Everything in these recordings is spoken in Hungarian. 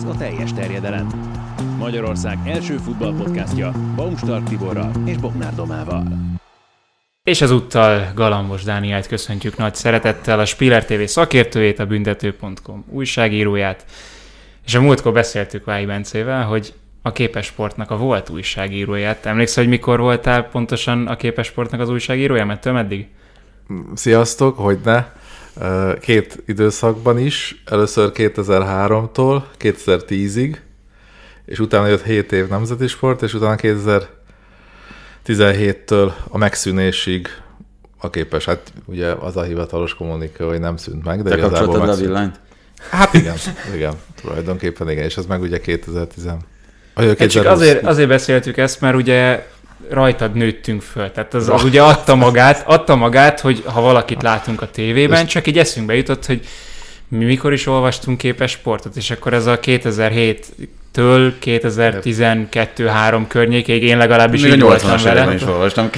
a teljes terjedelem. Magyarország első futballpodcastja Baumstark Tiborral és Bognár Domával. És ezúttal Galambos Dánielt köszöntjük nagy szeretettel, a Spiller TV szakértőjét, a büntető.com újságíróját, és a múltkor beszéltük Vályi Bencével, hogy a Képesportnak a volt újságíróját. Emlékszel, hogy mikor voltál pontosan a Képesportnak az újságírója? Mettől meddig? Sziasztok, hogyne. Két időszakban is. Először 2003-tól 2010-ig, és utána jött 7 év nemzeti sport, és utána 2017-től a megszűnésig a Képes. Hát ugye az a hivatalos kommuniká, hogy nem szűnt meg, de igazából kapcsoltad a villanyt? Hát igen, tulajdonképpen igen, és ez meg ugye 2010. Csak azért beszéltük ezt, mert ugye rajtad nőttünk föl. Tehát az ugye adta magát, hogy ha valakit látunk a tévében, csak így eszünkbe jutott, hogy mi mikor is olvastunk Képes sportot, és akkor ez a 2007-től 2012-3 környékig, én legalábbis így voltam vele. Is olvastam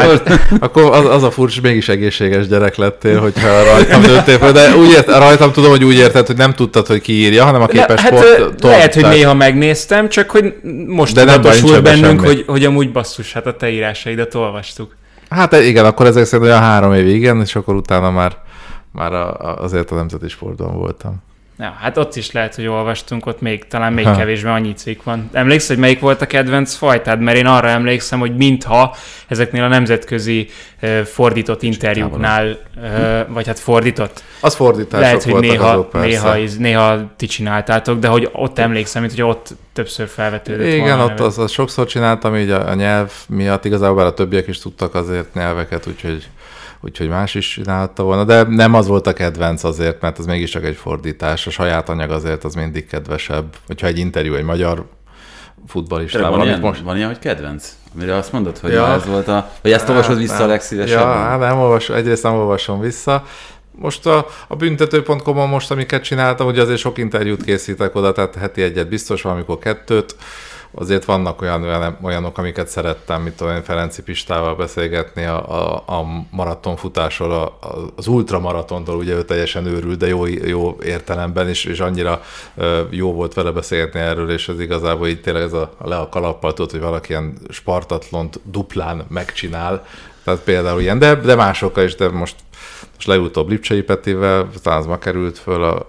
Akkor az a furcsa, mégis egészséges gyerek lettél, hogyha rajtam nőttél föl, de rajtam tudom, hogy úgy érted, hogy nem tudtad, hogy ki írja, hanem a Képes sport. Lehet, hogy néha megnéztem, csak hogy most tudatosult bennünk, hogy amúgy basszus, hát a te írásaidat olvastuk. Hát igen, akkor ezek szerint olyan 3 évig, igen, és akkor utána már azért a nemzeti sportban voltam. Ja, hát ott is lehet, hogy olvastunk, ott talán még kevésbé annyi cikk van. Emlékszel, hogy melyik volt a kedvenc fajtád? Mert én arra emlékszem, hogy mintha ezeknél a nemzetközi fordított interjúknál, vagy hát fordított. Az fordítások lehet, hogy voltak azok, persze. Néha ti csináltátok, de hogy ott emlékszem, mint hogy ott többször felvetődött. Igen, ott az sokszor csináltam, így a nyelv miatt, igazából a többiek is tudtak azért nyelveket, úgyhogy más is csinálta volna, de nem az volt a kedvenc azért, mert az mégiscsak egy fordítás, a saját anyag azért az mindig kedvesebb, hogyha egy interjú egy magyar futballistával. Van ilyen, hogy kedvenc? Amire azt mondod, hogy ez volt vagy ezt olvasod vissza a legszívesebben? Egyrészt nem olvasom vissza. Most a büntető.com-on most, amiket csináltam, ugye azért sok interjút készítek oda, tehát heti egyet biztos, valamikor 2. Azért vannak olyanok, amiket szerettem, mint olyan Ferenci Pistával beszélgetni a maratonfutásról, az ultramaratontól, ugye ő teljesen őrült, de jó értelemben is, és annyira jó volt vele beszélgetni erről, és ez igazából így tényleg ez le a kalappal tudod, hogy valaki ilyen Spartatlont duplán megcsinál, tehát például ilyen, de másokkal is, de most legutóbb Lipcsei Petivel, talán az ma került föl,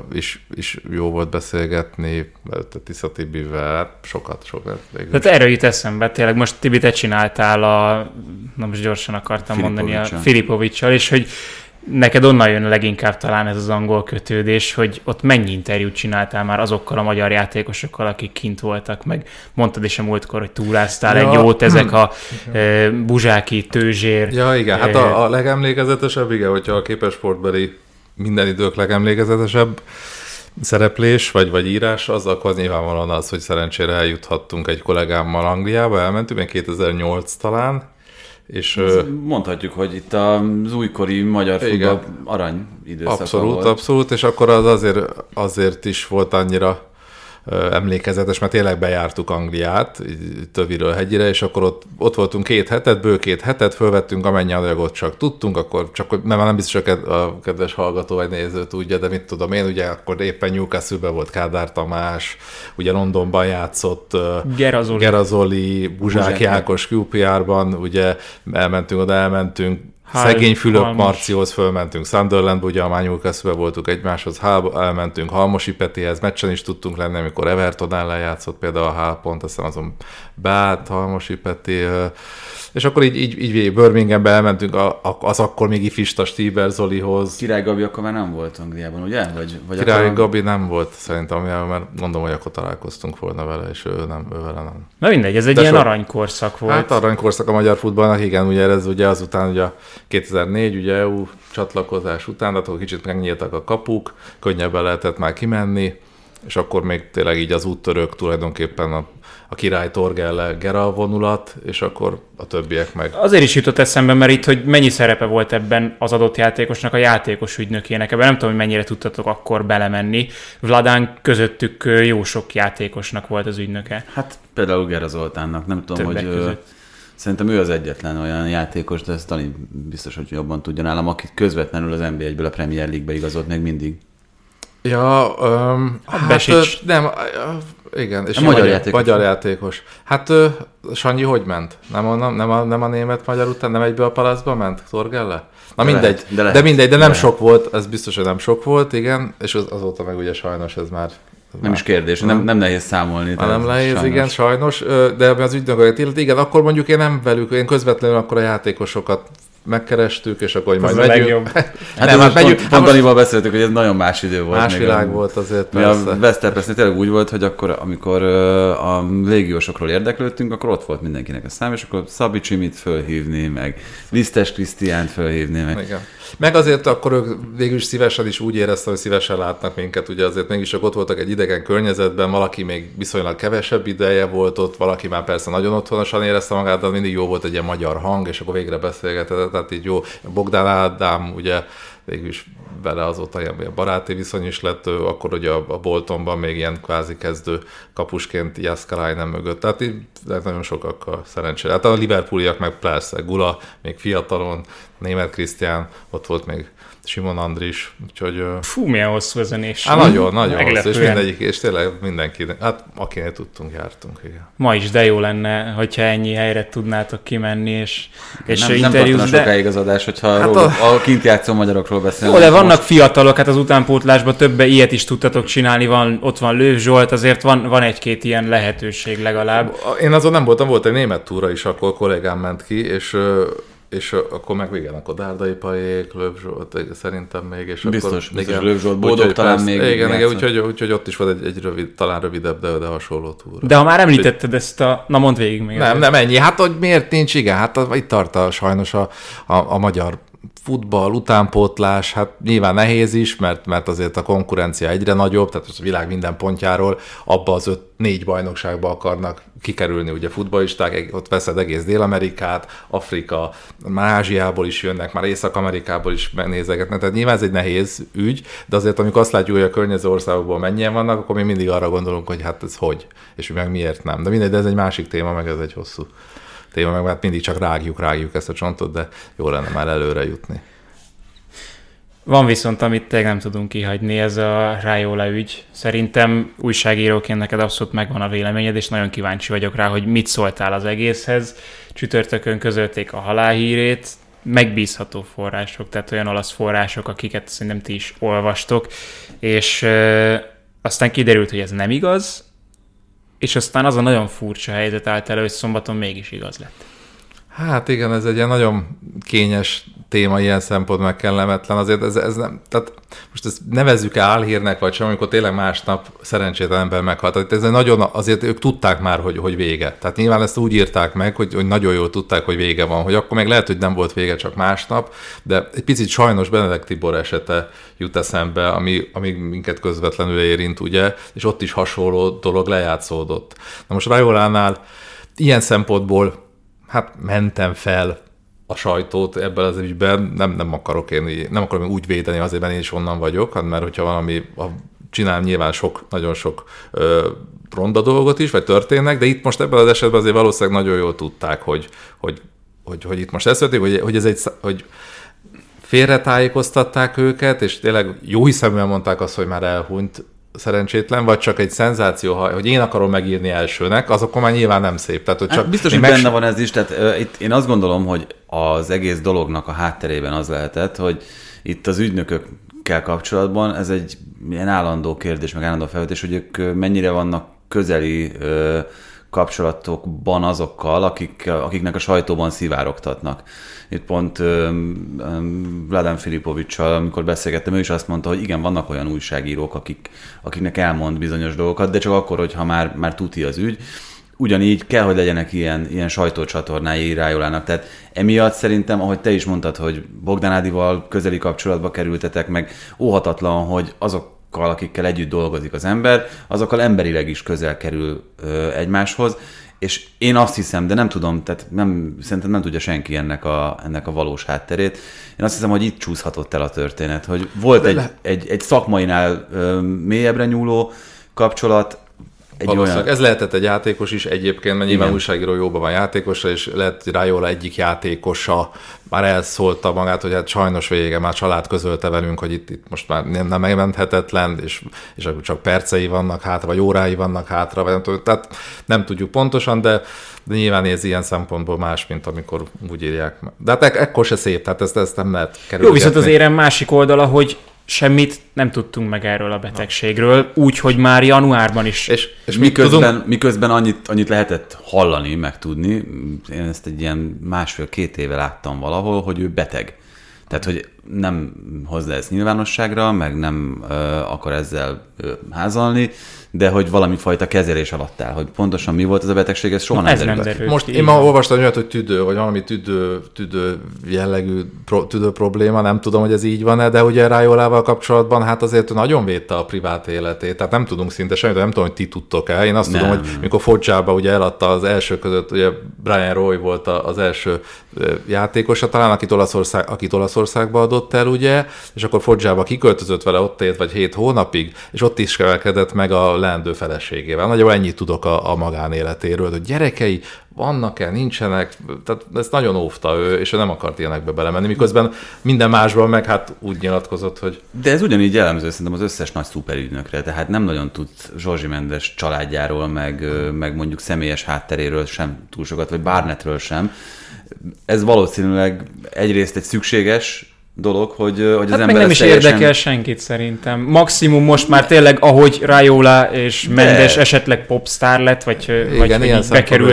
is jó volt beszélgetni, Tisza Tibivel, sokat. Tehát erről jut eszembe, tényleg most Tibi, te csináltál most gyorsan akartam mondani, a Filipovics-sal, és hogy neked onnan jön leginkább talán ez az angol kötődés, hogy ott mennyi interjút csináltál már azokkal a magyar játékosokkal, akik kint voltak, meg mondtad is a múltkor, hogy túráztál egy jót, ezek a Buzsáki, Tőzsér. Ja, igen, hát a legemlékezetesebb, igen, hogyha a Képesportbeli minden idők legemlékezetesebb szereplés, vagy írás, az akkor nyilvánvalóan az, hogy szerencsére eljuthattunk egy kollégámmal Angliába, elmentünk, még 2008 talán, és mondhatjuk, hogy itt az újkori magyar futball arany időszaka volt. Abszolút, és akkor az azért is volt annyira emlékezetes, mert tényleg bejártuk Angliát, Töviről hegyire, és akkor ott voltunk 2 hetet, bő 2 hetet, fölvettünk amennyi anyagot csak tudtunk, akkor csak, mert már nem biztos, hogy a kedves hallgató vagy néző tudja, de mit tudom én, ugye akkor éppen Newcastle-ben volt Kádár Tamás, ugye Londonban játszott Gerazoli, Buzsáki Ákos QPR-ban, ugye elmentünk szegény Fülöp Marcióhoz fölmentünk Sunderlandbe, ugye a Newcastle-be voltunk egymáshoz, elmentünk Halmosi Petihez, meccsen is tudtunk lenni, amikor Everton ellen játszott például a Hálpont, aztán azon Bát, Halmosi Peti, és akkor így Birminghambe elmentünk az akkor még ifista Stíber Zolihoz. Király Gabi akkor már nem volt Angliában, ugye? Vagy Király Gabi nem volt szerintem, mert gondolom, hogy akkor találkoztunk volna vele, és ő vele nem. Na mindegy, ez egy ilyen aranykorszak volt. Hát aranykorszak a magyar futballnak, igen, ugye ez ugye azután, ugye 2004, ugye EU csatlakozás után, de akkor kicsit megnyíltak a kapuk, könnyebben lehetett már kimenni, és akkor még tényleg így az úttörők tulajdonképpen a Király Torgelle Gera vonulat, és akkor a többiek meg. Azért is jutott eszembe, mert itt, hogy mennyi szerepe volt ebben az adott játékosnak, a játékos ügynökének. Ebben nem tudom, hogy mennyire tudtatok akkor belemenni. Vladán közöttük jó sok játékosnak volt az ügynöke. Hát például Gera Zoltánnak, nem tudom, többek hogy között. Szerintem ő az egyetlen olyan játékos, de ezt talán biztos, hogy jobban tudja nálam, akit közvetlenül az NB1-ből a Premier League-be igazolt még mindig. Ja, nem, igen. És magyar játékos. Hát Sanyi hogy ment? Nem a német-magyar után, nem egyből a Palaszba ment Torgelle? Na mindegy, de nem sok volt, ez biztos, hogy nem sok volt, igen, és azóta meg ugye sajnos ez már... Nem is kérdés, nem nehéz számolni. Nem nehéz, sajnos. Igen, sajnos, de az ügynököket illeti, igen, akkor mondjuk én közvetlenül akkor a játékosokat megkerestük, és akkor majd megyünk. Pont Danival beszéltük, hogy ez nagyon más idő volt. Más világ volt azért, persze. A Westerpressnél tényleg úgy volt, hogy akkor, amikor a légiósokról érdeklődtünk, akkor ott volt mindenkinek a szám, és akkor Szabi Csimit fölhívni, meg Lisztes Krisztiánt fölhívni. Meg azért akkor ők végül is szívesen is úgy éreztem, hogy szívesen látnak minket, ugye azért mégis ott voltak egy idegen környezetben, valaki még viszonylag kevesebb ideje volt ott, valaki már persze nagyon otthonosan érezte magát, de mindig jó volt egy ilyen magyar hang, és akkor végre beszélgetett, tehát így jó. Bogdán Ádám, ugye végül is vele azóta ilyen baráti viszony is lett, akkor ugye a Boltonban még ilyen kvázi kezdő kapusként Jaszkalainen mögött, tehát így nagyon sokakkal szerencsére. Hát a Liverpooliak meg persze, Gula, még fiatalon, Németh Krisztián, ott volt még Simon Andris, úgyhogy... Fú, milyen hosszú ez a nés. Hát nagyon hosszú, és mindegyik, és tényleg mindenki, hát akinél tudtunk, jártunk, igen. Ma is, de jó lenne, hogyha ennyi helyre tudnátok kimenni, és nem tartana sokáig az adás, hogyha a kint játszó magyarokról beszélünk. De vannak fiatalok, hát az utánpótlásban többen ilyet is tudtatok csinálni, ott van Lőv Zsolt, azért van egy-két ilyen lehetőség legalább. Én azon nem voltam, volt egy német túra is, akkor kollégám ment ki, és akkor meg igen, akkor Dárdai Pajék, Lőv Zsolt, szerintem még. És biztos Lőv Zsolt, Boldog talán még. Igen, úgyhogy ott is volt egy talán rövidebb, de hasonló túra. De ha már említetted ezt Na mondd végig még. Nem ennyi. Hát hogy miért nincs, igen, hát itt tart sajnos a magyar futball, utánpótlás, hát nyilván nehéz is, mert azért a konkurencia egyre nagyobb, tehát a világ minden pontjáról abba az 5-4 bajnokságba akarnak kikerülni ugye futballisták, ott veszed egész Dél-Amerikát, Afrika, már Ázsiából is jönnek, már Észak-Amerikából is nézegetnek, tehát nyilván ez egy nehéz ügy, de azért amikor azt látjuk, hogy a környező országokból mennyien vannak, akkor mi mindig arra gondolunk, hogy hát ez hogy, és meg miért nem. De mindegy, de ez egy másik téma, meg ez egy hosszú téma, meg hát mindig csak rágjuk ezt a csontot, de jó lenne már előre jutni. Van viszont, amit tényleg nem tudunk kihagyni, ez a Raiola ügy. Szerintem újságíróként neked abszolút megvan a véleményed, és nagyon kíváncsi vagyok rá, hogy mit szóltál az egészhez. Csütörtökön közölték a halálhírét, megbízható források, tehát olyan olasz források, akiket szerintem ti is olvastok, és aztán kiderült, hogy ez nem igaz, és aztán az a nagyon furcsa helyzet állt elő, hogy szombaton mégis igaz lett. Hát igen, ez egy ilyen nagyon kényes téma, ilyen szempont meg kellemetlen. Azért ez nem, tehát most ezt nevezzük álhírnek, vagy sem, amikor tényleg másnap szerencsétlen ember meghalt. Ez nagyon, azért ők tudták már, hogy vége. Tehát nyilván ezt úgy írták meg, hogy nagyon jól tudták, hogy vége van, hogy akkor meg lehet, hogy nem volt vége, csak másnap, de egy picit sajnos Benedek Tibor esete jut eszembe, ami minket közvetlenül érint, ugye, és ott is hasonló dolog lejátszódott. Na most Raiolánál ilyen szempontból hát mentem fel a sajtót ebben az ügyben, nem akarom úgy védeni, azért, mert én is onnan vagyok, mert hogyha valami csinál nyilván nagyon sok ronda dolgot is, vagy történnek, de itt most ebben az esetben azért valószínűleg nagyon jól tudták, hogy itt most ez történik, hogy félretájékoztatták őket, és tényleg jó hiszeműen mondták azt, hogy már elhunyt szerencsétlen, vagy csak egy szenzáció, hogy én akarom megírni elsőnek, az akkor már nyilván nem szép. Tehát, hogy csak biztos, hogy benne van ez is, tehát itt én azt gondolom, hogy az egész dolognak a hátterében az lehetett, hogy itt az ügynökökkel kapcsolatban ez egy ilyen állandó kérdés, meg állandó felvetés, hogy ők mennyire vannak közeli kapcsolatokban azokkal, akiknek a sajtóban szivárogtatnak. Itt pont Vladan Filipovics-sal, amikor beszélgettem, ő is azt mondta, hogy igen, vannak olyan újságírók, akiknek elmond bizonyos dolgokat, de csak akkor, hogyha már tuti az ügy. Ugyanígy kell, hogy legyenek ilyen sajtócsatornái Raiolának. Tehát emiatt szerintem, ahogy te is mondtad, hogy Bogdán Ádival közeli kapcsolatba kerültetek, meg óhatatlan, hogy azokkal, akikkel együtt dolgozik az ember, azokkal emberileg is közel kerül egymáshoz. És én azt hiszem, de nem tudom, tehát szerintem nem tudja senki ennek a valós hátterét. Én azt hiszem, hogy itt csúszhatott el a történet, hogy volt egy szakmainál mélyebbre nyúló kapcsolat, Ez lehetett egy játékos is egyébként, mert nyilván újságíró jóban van játékosa, és lehet Raiola egyik játékosa már elszólta magát, hogy hát sajnos vége, már család közölte velünk, hogy itt most már nem megmenthetetlen, és csak percei vannak hátra, vagy órái vannak hátra, vagy nem tudom, tehát nem tudjuk pontosan, de nyilván ez ilyen szempontból más, mint amikor úgy írják. De hát ekkor se szép, tehát ezt nem lehet kerülgetni. Jó, viszont az érem másik oldala, hogy semmit nem tudtunk meg erről a betegségről, úgyhogy már januárban is. És miközben annyit lehetett hallani, meg tudni, én ezt egy ilyen 1,5-2 éve láttam valahol, hogy ő beteg. Tehát, hogy nem hozza ezt nyilvánosságra, meg nem akar ezzel házalni, de hogy valami fajta kezelés alatt áll, hogy pontosan mi volt ez a betegség, ez soha nem derült. Most én ma olvastam olyat, hogy tüdő, vagy valami tüdő jellegű tüdő probléma, nem tudom, hogy ez így van-e, de ugye Raiolával kapcsolatban hát azért nagyon védte a privát életét, tehát nem tudunk szinte semmit, nem tudom, hogy ti tudtok-e. Én azt tudom, hogy mikor Foggiába ugye eladta az első között, ugye Brian Roy volt az első játékosa, talán akit Olaszországba adott el, ugye, és akkor Foggiába kiköltözött vele, ott élt vagy 7 hónapig, és ott is kevelkedett meg a leendő feleségével. Nagyjából ennyit tudok a magánéletéről, hogy gyerekei vannak-e, nincsenek, tehát ezt nagyon óvta ő, és ő nem akart ilyenekbe belemenni, miközben minden másban meg hát úgy nyilatkozott, hogy... De ez ugyanígy jellemző szerintem az összes nagy szuperügynökre, tehát nem nagyon tud Jorge Mendes családjáról, meg mondjuk személyes hátteréről sem túl sokat, vagy Barnettről sem. Ez valószínűleg egyrészt egy szükséges dolog, hogy az hát ember meg nem is érdekel senkit szerintem. Maximum most már tényleg, ahogy Raiola és Mendes esetleg popstar lett, vagy hogy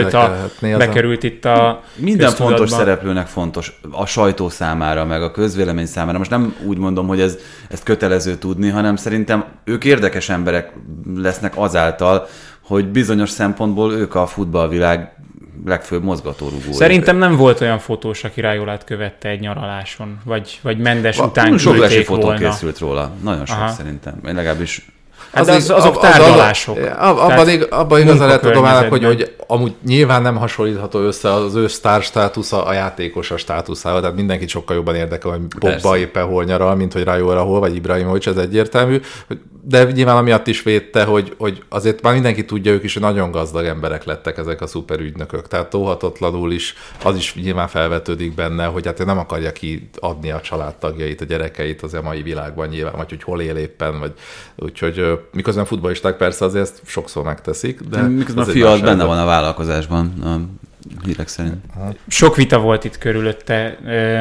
bekerült itt a minden fontos szereplőnek fontos, a sajtó számára, meg a közvélemény számára. Most nem úgy mondom, hogy ezt kötelező tudni, hanem szerintem ők érdekes emberek lesznek azáltal, hogy bizonyos szempontból ők a futballvilág legfőbb mozgatórugója. Szerintem nem volt olyan fotós, aki Raiolát követte egy nyaraláson, vagy Mendes után küldték volna. Fotó készült róla. Nagyon sok szerintem. Én legalábbis... Hát azok tárgyalások. Abban igazán lehet tudomának, hogy amúgy nyilván nem hasonlítható össze az ő sztár státusza a játékos a státuszával, tehát mindenkit sokkal jobban érdekel, hogy Pogba éppen hol nyaral, mint hogy Raiola hol, vagy Ibrahimovic, ez egyértelmű. De nyilván amiatt is védte, hogy azért már mindenki tudja ők is, hogy nagyon gazdag emberek lettek ezek a szuperügynökök. Tehát óhatatlanul is az is nyilván felvetődik benne, hogy hát nem akarja kiadni a családtagjait, a gyerekeit az a mai világban nyilván, vagy hogy hol él éppen, vagy úgyhogy miközben futballisták persze azért ezt sokszor megteszik. De miközben a fia benne van a vállalkozásban, a hírek szerint. Sok vita volt itt körülötte,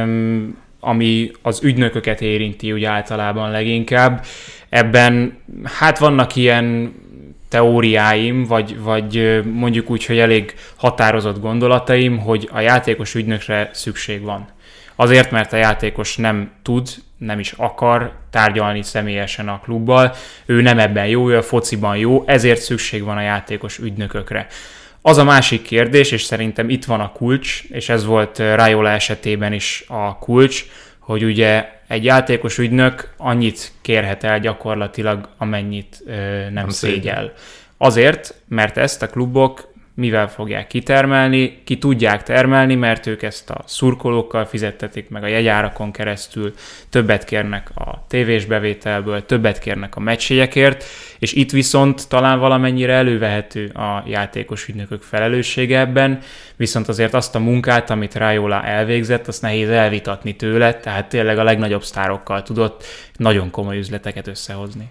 ami az ügynököket érinti úgy általában leginkább. Ebben hát vannak ilyen teóriáim, vagy mondjuk úgy, hogy elég határozott gondolataim, hogy a játékos ügynökre szükség van. Azért, mert a játékos nem tud, nem is akar tárgyalni személyesen a klubbal, ő nem ebben jó, ő a fociban jó, ezért szükség van a játékos ügynökökre. Az a másik kérdés, és szerintem itt van a kulcs, és ez volt Raiola esetében is a kulcs, hogy ugye egy játékos ügynök annyit kérhet el gyakorlatilag, amennyit nem szégyel. Azért, mert ezt a klubok mivel fogják kitermelni, ki tudják termelni, mert ők ezt a szurkolókkal fizettetik meg a jegyárakon keresztül, többet kérnek a tévés bevételből, többet kérnek a meccsjegyekért, és itt viszont talán valamennyire elővehető a játékos ügynökök felelőssége ebben, viszont azért azt a munkát, amit Raiola elvégzett, azt nehéz elvitatni tőle, tehát tényleg a legnagyobb sztárokkal tudott nagyon komoly üzleteket összehozni.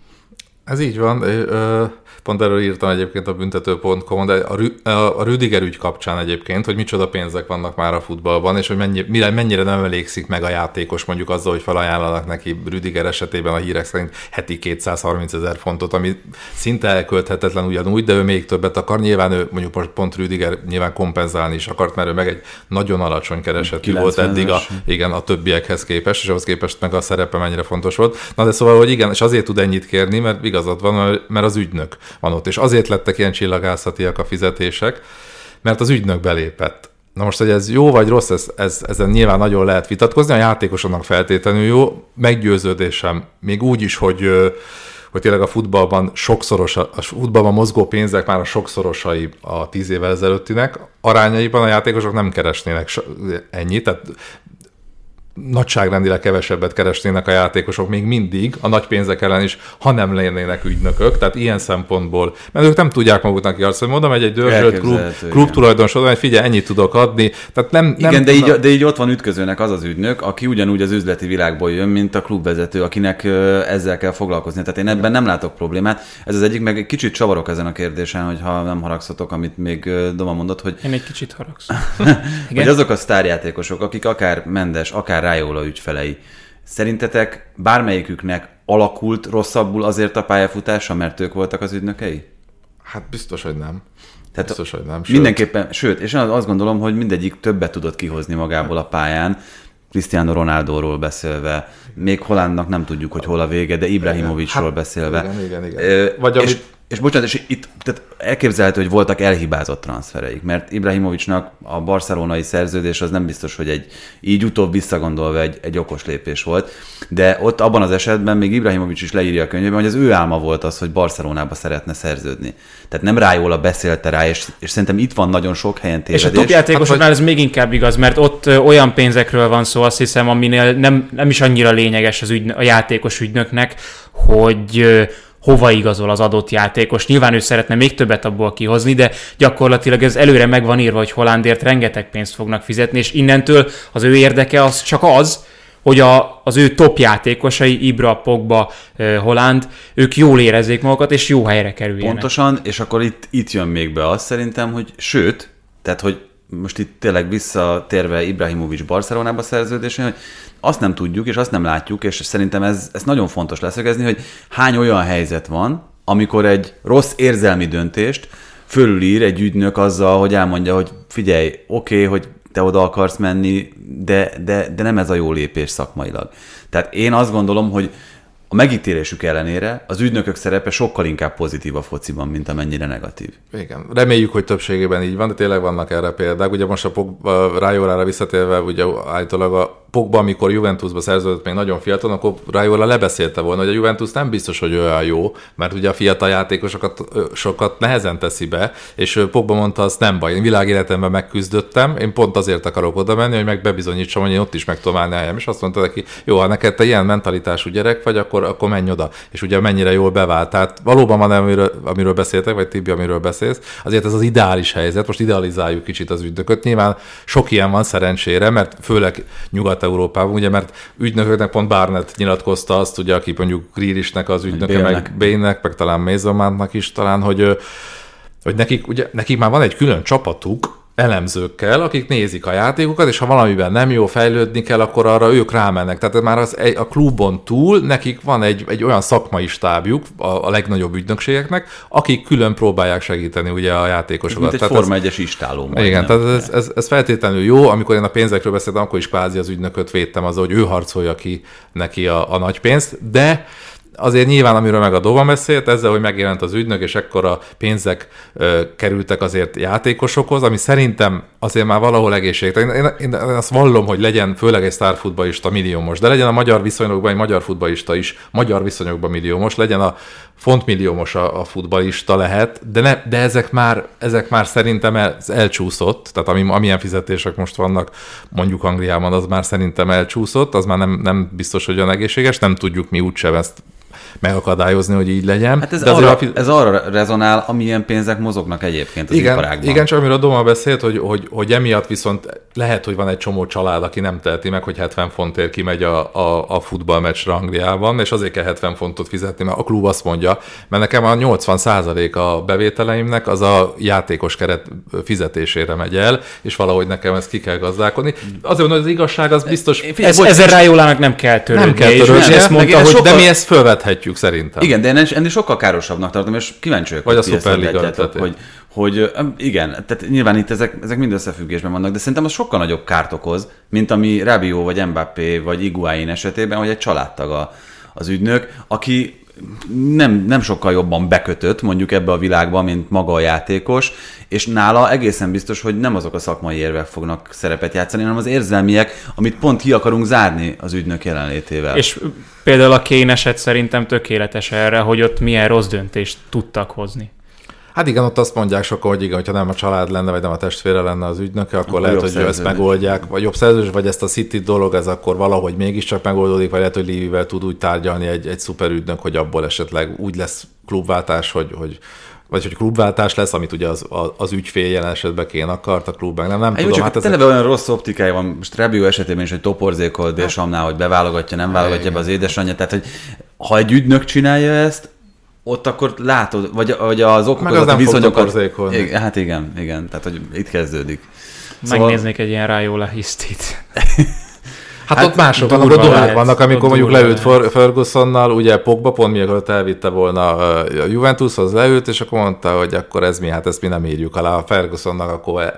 Ez így van, pont erről írtam egyébként a büntető.com-on, de a Rüdiger ügy kapcsán egyébként, hogy micsoda pénzek vannak már a futballban, és hogy mennyire nem elégszik meg a játékos mondjuk azzal, hogy felajánlanak neki Rüdiger esetében a hírek szerint heti 230 000 fontot, ami szinte elkölthetetlen ugyanúgy, de ő még többet akar. Nyilván ő mondjuk pont Rüdiger nyilván kompenzálni is akart, mert ő meg egy nagyon alacsony keresetű volt eddig a többiekhez képest, és ahhoz képest meg a szerepe mennyire fontos volt. Na de szóval, hogy igen, és azért tud ennyit kérni, mert igazad van, mert az ügynök van ott, és azért lettek ilyen csillagászatiak a fizetések, mert az ügynök belépett. Na most, hogy ez jó vagy rossz, ezen nyilván nagyon lehet vitatkozni, a játékosoknak feltétlenül jó, meggyőződésem, még úgy is, hogy tényleg a futballban a futballban mozgó pénzek már a sokszorosai a 10 évvel ezelőttinek, arányaiban a játékosok nem keresnének ennyit, tehát nagyságrendileg kevesebbet keresnének a játékosok még mindig, a nagy pénzek ellen is, ha nem lennének ügynökök. Tehát ilyen szempontból, mert ők nem tudják maguknak kiharcolni. Mondom, egy dörzsölt klub tulajdonos oda, hogy figyelj, ennyit tudok adni. Tehát nem, igen, de így ott van ütközőnek az ügynök, aki ugyanúgy az üzleti világból jön, mint a klubvezető, akinek ezzel kell foglalkozni. Tehát én ebben nem látok problémát. Ez az egyik, meg egy kicsit csavarok ezen a kérdésen, hogyha nem haragszatok, amit még Doma mondott, hogy... Én egy kicsit haragszom. Hogy azok a sztárjátékosok, akik akár Mendes, akár Raiola ügyfelei, szerintetek bármelyiküknek alakult rosszabbul azért a pályafutása, mert ők voltak az ügynökei? Hát biztos, hogy nem. Tehát biztos, hogy nem. Mindenképpen, és azt gondolom, hogy mindegyik többet tudott kihozni magából a pályán, Cristiano Ronaldóról beszélve, még Haalandnak nem tudjuk, hogy hol a vége, de Ibrahimovicsról beszélve. Igen. És bocsánat, és itt tehát elképzelhető, hogy voltak elhibázott transfereik, mert Ibrahimovicsnak a barcelonai szerződés az nem biztos, hogy egy így utóbb visszagondolva egy okos lépés volt, de ott abban az esetben még Ibrahimovics is leírja a könyvében, hogy az ő álma volt az, hogy Barcelonába szeretne szerződni. Tehát nem Raiola beszélte rá, és szerintem itt van nagyon sok helyen tévedés. És a topjátékosoknál ez még inkább igaz, mert ott olyan pénzekről van szó, azt hiszem, aminél nem is annyira lényeges a játékos ügynöknek, hogy hova igazol az adott játékos. Nyilván ő szeretne még többet abból kihozni, de gyakorlatilag ez előre meg van írva, hogy Haalandért rengeteg pénzt fognak fizetni, és innentől az ő érdeke az csak az, hogy az ő top játékosai, Ibra, Pogba, Haaland, ők jól érezzék magukat, és jó helyre kerüljenek. Pontosan, és akkor itt jön még be az szerintem, hogy sőt, tehát hogy most itt tényleg visszatérve Ibrahimovics Barcelonába szerződésén, hogy azt nem tudjuk, és azt nem látjuk, és szerintem ez nagyon fontos leszögezni, hogy hány olyan helyzet van, amikor egy rossz érzelmi döntést fölülír egy ügynök azzal, hogy elmondja, hogy figyelj, oké, hogy te oda akarsz menni, de nem ez a jó lépés szakmailag. Tehát én azt gondolom, hogy a megítélésük ellenére az ügynökök szerepe sokkal inkább pozitív a fociban, mint amennyire negatív. Igen, reméljük, hogy többségében így van, de tényleg vannak erre példák. Ugye most a Raiolára visszatérve, ugye állítólag a Pogba, amikor Juventusba szerződött még nagyon fiatal, akkor Raiola lebeszélte volna, hogy a Juventus nem biztos, hogy olyan jó, mert ugye a fiatal játékosokat sokat nehezen teszi be, és Pogba mondta, azt nem baj, én világéletemben megküzdöttem, én pont azért akarok oda menni, hogy meg bebizonyítsam, hogy én ott is meg tudom állni a helyem. És azt mondta neki, jó, ha neked te ilyen mentalitású gyerek vagy, akkor menj oda. És ugye mennyire jól bevált. Tehát valóban van, amiről beszéltek, vagy Tibi, amiről beszélsz, azért ez az ideális helyzet, most idealizáljuk kicsit az ügynököt. Nyilván sok ilyen van szerencsére, mert főleg Nyugat-Európában, ugye, mert ügynököknek pont Barnett nyilatkozta azt, ugye, aki mondjuk Grealishnek az ügynöke, meg Bale-nek, meg talán Mason Mountnak is talán, hogy nekik már van egy külön csapatuk, elemzőkkel, akik nézik a játékokat, és ha valamiben nem jó, fejlődni kell, akkor arra ők rámennek. Tehát már a klubon túl nekik van egy olyan szakmai stábjuk a legnagyobb ügynökségeknek, akik külön próbálják segíteni ugye a játékosokat. Mint egy Forma 1-es istáló. Igen, tehát ez feltétlenül jó. Amikor én a pénzekről beszéltem, akkor is kvázi az ügynököt védtem azzal, hogy ő harcolja ki neki a nagy pénzt, de azért nyilván, amiről meg a Doma beszélt, ezzel, hogy megjelent az ügynök, és ekkora pénzek kerültek azért játékosokhoz, ami szerintem azért már valahol egészségtelen. Én azt vallom, hogy legyen főleg egy sztárfutballista milliómos, de legyen a magyar viszonyokban egy magyar futballista is magyar viszonyokban milliómos, legyen a fontmilliómos a futballista lehet, de ezek már szerintem elcsúszott, tehát amilyen fizetések most vannak mondjuk Angliában, az már szerintem elcsúszott, az már nem biztos, hogy olyan egészséges, nem tudjuk mi úgysem ezt megakadályozni, hogy így legyen. Hát ez arra rezonál, amilyen pénzek mozognak egyébként az iparágban. Igen, csak amiről Doma beszélt, hogy emiatt viszont lehet, hogy van egy csomó család, aki nem teheti meg, hogy 70 fontért kimegy a futballmeccsre Angliában, és azért kell 70 fontot fizetni, mert a klub azt mondja, mert nekem a 80% a bevételeimnek az a játékos keret fizetésére megy el, és valahogy nekem ezt ki kell gazdálkodni. Azért mondom, hogy az igazság az biztos... Ezzel Raiolának nem kell törődnie. De mi ezt fölvethetjük szerintem. Igen, de ennél sokkal károsabbnak tartom, és kíváncsi vagyok, vagy a Superliga, hogy igen, tehát nyilván itt ezek mind összefüggésben vannak, de szerintem az sokkal nagyobb kárt okoz, mint ami Rabiot, vagy Mbappé, vagy Higuaín esetében, hogy egy családtag az ügynök, aki nem sokkal jobban bekötött mondjuk ebbe a világba, mint maga a játékos, és nála egészen biztos, hogy nem azok a szakmai érvek fognak szerepet játszani, hanem az érzelmiek, amit pont ki akarunk zárni az ügynök jelenlétével. És például a Kane eset szerintem tökéletes erre, hogy ott milyen rossz döntést tudtak hozni. Hát igen, ott azt mondják sokan, hogy igen, hogyha nem a család lenne, vagy nem a testvére lenne az ügynöke, akkor lehet, hogy ezt megoldják, vagy jobb szerződés, vagy ezt a City dolog, ez akkor valahogy mégiscsak megoldódik, vagy lehet, hogy Lévivel tud úgy tárgyalni egy szuper ügynök, hogy abból esetleg úgy lesz klubváltás, vagy hogy klubváltás lesz, amit ugye az ügyfél jelen esetben akart a klub, meg nem tudom. Csak tényleg olyan rossz optikája van, most Rebió esetében is, hogy toporzékol Deschamps-nál, hogy beválogatja, nem válogatja be az édesanyja, tehát hogy ha egy ügynök csinálja ezt, ott akkor látod, vagy az okokozati viszonyokat... Hát igen, tehát hogy itt kezdődik. Megnéznék egy ilyen Raiola hisztit. Hát ott mások vannak, amikor mondjuk leült Fergusonnal, ugye Pogba pont mielőtt elvitte volna a Juventushoz leült, és akkor mondta, hogy akkor ez mi, hát ezt mi nem írjuk alá. A Fergusonnak akkor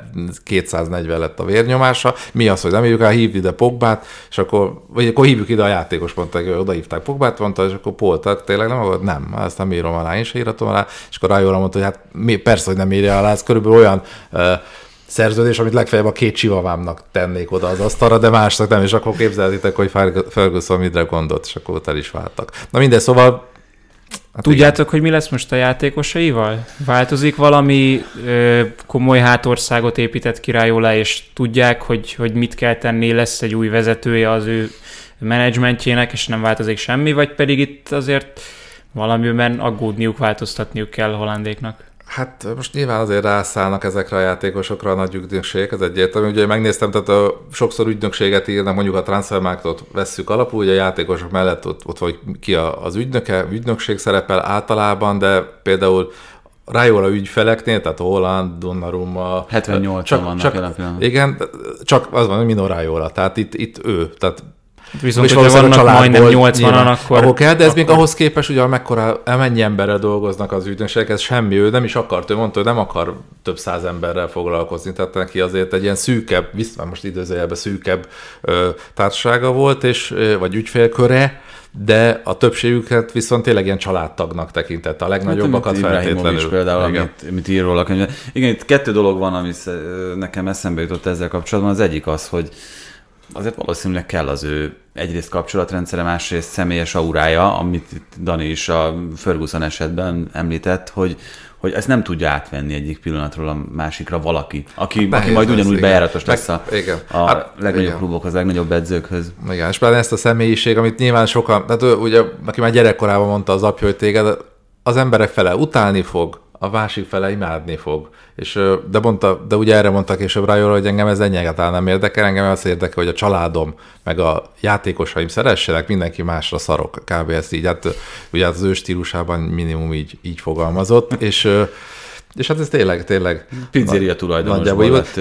240 lett a vérnyomása, mi az, hogy nem írjuk alá, hívd ide Pogbát, és akkor hívjuk ide a játékos, mondták, hogy odahívták Pogbát, mondta, és akkor Poltak, tényleg nem, ezt nem írom alá, én se íratom alá, és akkor Raiola mondta, hogy hát persze, hogy nem írja alá, ez körülbelül olyan szerződés, amit legfeljebb a 2 csivavámnak tennék oda az asztalra, de másnak nem, és akkor képzelhetitek, hogy Ferguson midre gondolt, és akkor ott el is váltak. Na mindegy, szóval... Hát tudjátok, igen, hogy mi lesz most a játékosaival? Változik valami, komoly hátországot épített ki Raiola, és tudják, hogy mit kell tenni, lesz egy új vezetője az ő menedzsmentjének, és nem változik semmi, vagy pedig itt azért valamiben aggódniuk, változtatniuk kell hollandéknak? Hát most nyilván azért rászállnak ezekre a játékosokra a nagy ügynökségek, ez egyértelmű. Ugye megnéztem, tehát sokszor ügynökséget írnak, mondjuk a Transfermarktot vesszük alapul, ugye a játékosok mellett ott vagy ki az ügynökség szerepel általában, de például Raiola ügyfeleknél, tehát a Holland, Donnarumma... 78-an vannak jelen. Igen, csak az van, hogy Mino Raiola, tehát itt ő, tehát viszont, hogyha vannak majdnem 80-an, akkor kell, de ez még ahhoz képest, ugye mennyi emberrel dolgoznak az ügynökségek, ez semmi, ő nem is akart, ő mondta, hogy nem akar több száz emberrel foglalkozni, tehát neki azért egy ilyen szűkebb, most időzőjelben szűkebb társasága volt, vagy ügyfélköre, de a többségüket viszont tényleg ilyen családtagnak tekintette, a legnagyobbakat feltétlenül. Is például, amit ír róla. Igen, itt 2 dolog van, ami nekem eszembe jutott ezzel kapcsolatban. Az egyik az, hogy azért valószínűleg kell az ő egyrészt kapcsolatrendszere, másrészt személyes aurája, amit Dani is a Ferguson esetben említett, hogy ezt nem tudja átvenni egyik pillanatról a másikra valaki, aki majd ugyanúgy bejáratos lesz a legnagyobb klubokhoz, a legnagyobb edzőkhöz. Igen, és például ezt a személyiség, amit nyilván sokan, tehát ugye, aki már gyerekkorában mondta az apja, hogy téged az emberek fele utálni fog, a másik fele imádni fog. De ugye erre mondta később Raiola, hogy engem ez egyáltalán nem érdekel, engem az érdekel, hogy a családom, meg a játékosaim szeressenek, mindenki másra szarok, kb. Ez így, hát ugye az ő stílusában minimum így fogalmazott, és hát ez tényleg pizzeria tulajdonos volt.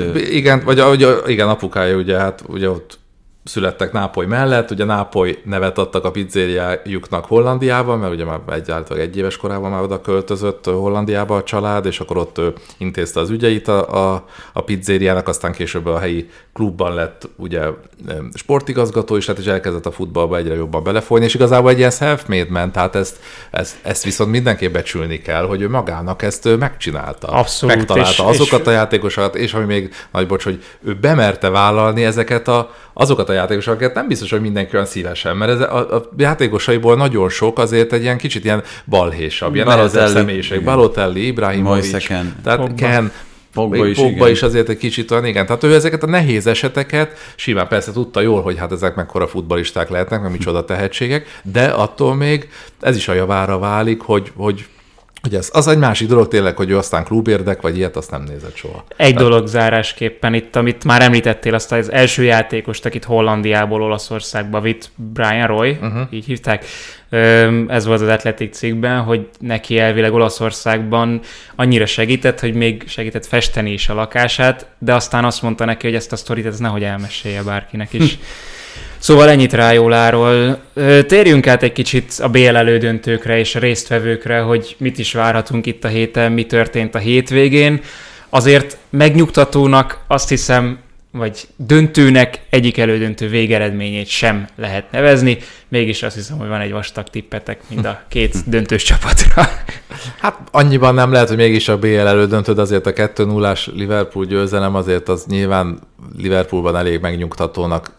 Igen, apukája ugye, hát ugye ott születtek Nápoly mellett, ugye Nápoly nevet adtak a pizzériájuknak Hollandiában, mert ugye már egy éves korában már oda költözött Hollandiába a család, és akkor ott intézte az ügyeit a pizzériának, aztán később a helyi klubban lett ugye sportigazgató is lett, és elkezdett a futballba egyre jobban belefolyni, és igazából egy ilyen self-made man, tehát ezt viszont mindenképp becsülni kell, hogy ő magának ezt megcsinálta. Abszolút. Megtalálta azokat a játékosokat, és ami még nagy bocs, hogy ő bemerte vállalni azokat a játékosokat, nem biztos, hogy mindenki olyan szívesen, mert a játékosaiból nagyon sok azért egy ilyen kicsit ilyen balhésabb, ilyen nehezebb személyiség. Balotelli, Ibrahimovic, tehát Ken, Pogba is azért egy kicsit olyan, igen. Tehát ő ezeket a nehéz eseteket simán persze tudta jól, hogy hát ezek mekkora futballisták lehetnek, meg micsoda tehetségek, de attól még ez is a javára válik, hogy ugye az egy másik dolog tényleg, hogy ő aztán klubérdek, vagy ilyet, azt nem nézett soha. Egy dolog zárásképpen itt, amit már említettél, azt az első játékost, akit Hollandiából Olaszországba vitt, Brian Roy, így hívták. Ez volt az Athletic cikkben, hogy neki elvileg Olaszországban annyira segített, hogy még segített festeni is a lakását, de aztán azt mondta neki, hogy ezt a sztorit ez nehogy elmesélje bárkinek is. Szóval ennyit Raioláról. Térjünk át egy kicsit a BL elődöntőkre és a résztvevőkre, hogy mit is várhatunk itt a héten, mi történt a hétvégén. Azért megnyugtatónak azt hiszem, vagy döntőnek egyik elődöntő végeredményét sem lehet nevezni. Mégis azt hiszem, hogy van egy vastag tippetek mind a 2 döntős csapatra. Hát annyiban nem lehet, hogy mégis a BL elődöntő, de azért a 2-0-ás Liverpool győzelem azért az nyilván Liverpoolban elég megnyugtatóan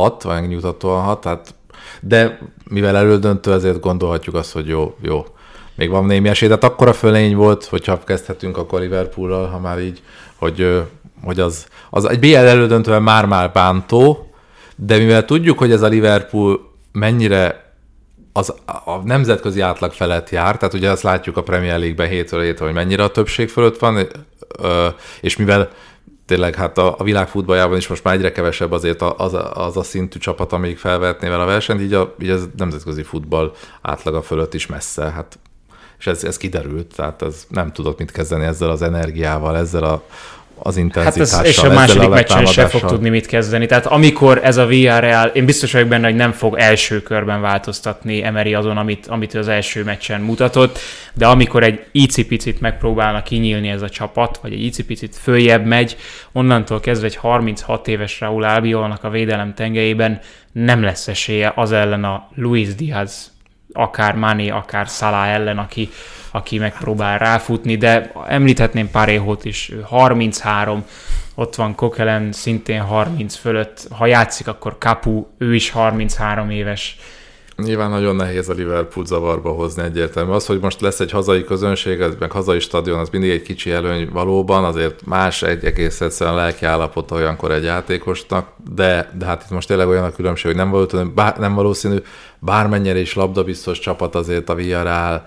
hat, tehát, de mivel elődöntő, ezért gondolhatjuk azt, hogy jó még van némi esély, tehát akkora fölény volt, hogyha kezdhetünk akkor Liverpoollal, ha már így, hogy az egy BL elődöntően már bántó, de mivel tudjuk, hogy ez a Liverpool mennyire a nemzetközi átlag felett jár, tehát ugye azt látjuk a Premier League-ben hétről hétre, hogy mennyire a többség fölött van, és mivel tényleg hát a világ futballjában is most már egyre kevesebb azért az a szintű csapat, amelyik felvehetné vele a versenyt, így ez nemzetközi futball átlaga fölött is messze, hát és ez kiderült, tehát ez nem tudott mit kezdeni ezzel az energiával, ezzel az intenzitással. Hát és a második meccsen sem fog tudni mit kezdeni. Tehát amikor ez a Villarreal, én biztos vagyok benne, hogy nem fog első körben változtatni Emery azon, amit az első meccsen mutatott, de amikor egy icipicit megpróbálna kinyílni ez a csapat, vagy egy icipicit följebb megy, onnantól kezdve egy 36 éves Raúl Albiolnak a védelem tengelyében nem lesz esélye az ellen a Luis Diaz, akár Mané, akár Salah ellen, aki megpróbál ráfutni, de említhetném Parejót is, 33, ott van Coquelin szintén 30 fölött, ha játszik, akkor Capu, ő is 33 éves. Nyilván nagyon nehéz a Liverpool zavarba hozni egyértelmű. Az, hogy most lesz egy hazai közönség, meg hazai stadion, az mindig egy kicsi előny valóban, azért más egy egész egyszerűen lelkiállapot olyankor egy játékosnak, de hát itt most tényleg olyan a különbség, hogy nem valószínű, bármennyire is labdabiztos csapat azért a Villarreal,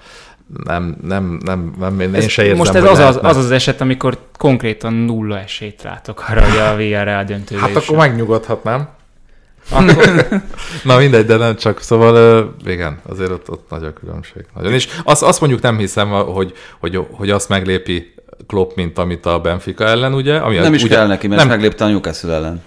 én se érzem, most ez az eset, amikor konkrétan nulla esélyt látok arra, hogy a Villarreal döntőbe. Hát akkor megnyugodhatnám. Na mindegy, de nem csak. Szóval igen, azért ott nagy a különbség. Nagyon. És azt mondjuk nem hiszem, hogy azt meglépi Klopp, mint amit a Benfica ellen, ugye? Ami nem is ugye, kell neki, mert nem meglépte a Newcastle ellen.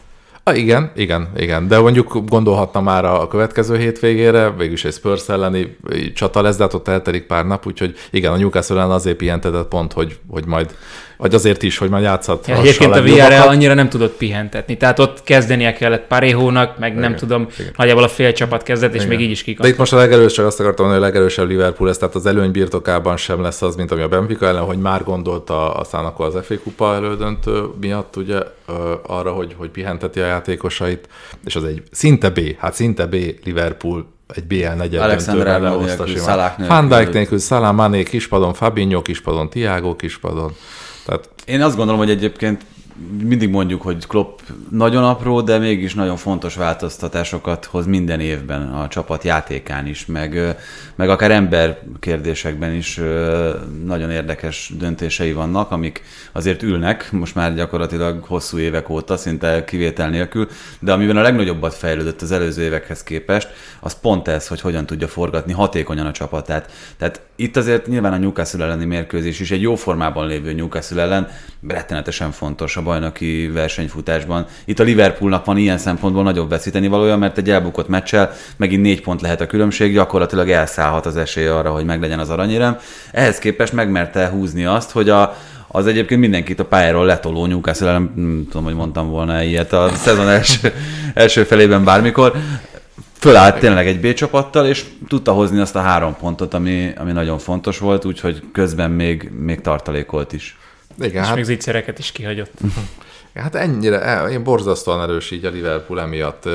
Igen. De mondjuk gondolhatna már a következő hétvégére, végülis egy Spurs elleni csata lesz, de hát ott eltelik pár nap, úgyhogy igen, a Newcastle ellen azért pihentetett pont, hogy majd, vagy azért is, hogy majd játszhat. Ja, egyébként a Villarreal annyira nem tudott pihentetni, tehát ott kezdenie kellett Parejónak, meg igen, nem tudom, igen. Nagyjából a fél csapat kezdett, és igen. Még így is kikapott. De itt most a legerősebb, azt akartam mondani, hogy a legerősebb Liverpool lesz, tehát az előny birtokában sem lesz az, mint ami a Benfica ellen, hogy már gondolta aztán akkor az FA Kupa elődöntő miatt, ugye, arra, hogy pihenteti a játékosait, és az egy szinte B Liverpool, egy BL negyed Alexander nélkül, Salah nélkül. Van Dijk nélkül, Salah, Mané kispadon, Fabinho kispadon, Thiago kispadon. Tehát... Én azt gondolom, hogy egyébként mindig mondjuk, hogy Klopp nagyon apró, de mégis nagyon fontos változtatásokat hoz minden évben a csapat játékán is, meg akár ember kérdésekben is nagyon érdekes döntései vannak, amik azért ülnek, most már gyakorlatilag hosszú évek óta, szinte kivétel nélkül, de amiben a legnagyobbat fejlődött az előző évekhez képest, az pont ez, hogy hogyan tudja forgatni hatékonyan a csapatát. Tehát itt azért nyilván a Newcastle elleni mérkőzés is egy jó formában lévő Newcastle ellen rettenetesen fontos a bajnoki versenyfutásban. Itt a Liverpoolnak van ilyen szempontból nagyobb veszíteni valója, mert egy elbukott meccsel megint 4 pont lehet a különbség, gyakorlatilag elszállhat az esély arra, hogy meglegyen az aranyérem. Ehhez képest megmerte húzni azt, hogy az egyébként mindenkit a pályáról letoló Newcastle, nem tudom, hogy mondtam volna ilyet a szezon első felében bármikor, fölállt tényleg egy B csapattal, és tudta hozni azt a 3 pontot, ami nagyon fontos volt, úgyhogy közben még tartalékolt is. Igen, és még zicsereket is kihagyott. Hát ennyire, én borzasztóan erős így a Liverpool emiatt.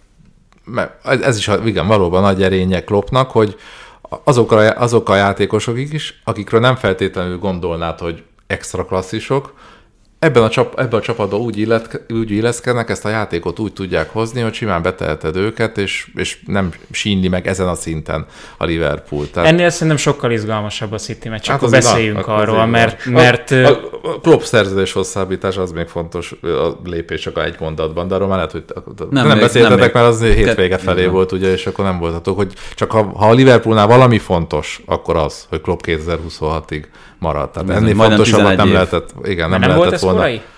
Ez is igen, valóban nagy erénye Kloppnak, hogy azok a játékosok is, akikről nem feltétlenül gondolnád, hogy extra klasszisok, ebben a csapatban úgy illeszkednek, ezt a játékot úgy tudják hozni, hogy simán beteheted őket, és nem sínli meg ezen a szinten a Liverpool. Tehát... Ennél szerintem sokkal izgalmasabb a City meccs, akkor beszéljünk arról, mert... A Klopp szerződés hosszabbítás az még fontos a lépés csak egy mondatban, de arról már lehet, hogy nem beszéltetek, mert az hétvége felé volt, ugye, és akkor nem voltatok, hogy csak ha a Liverpoolnál valami fontos, akkor az, hogy Klopp 2026-ig marad. Tehát ennél fontosabbat nem lehetett, igen, nem lehetett volna.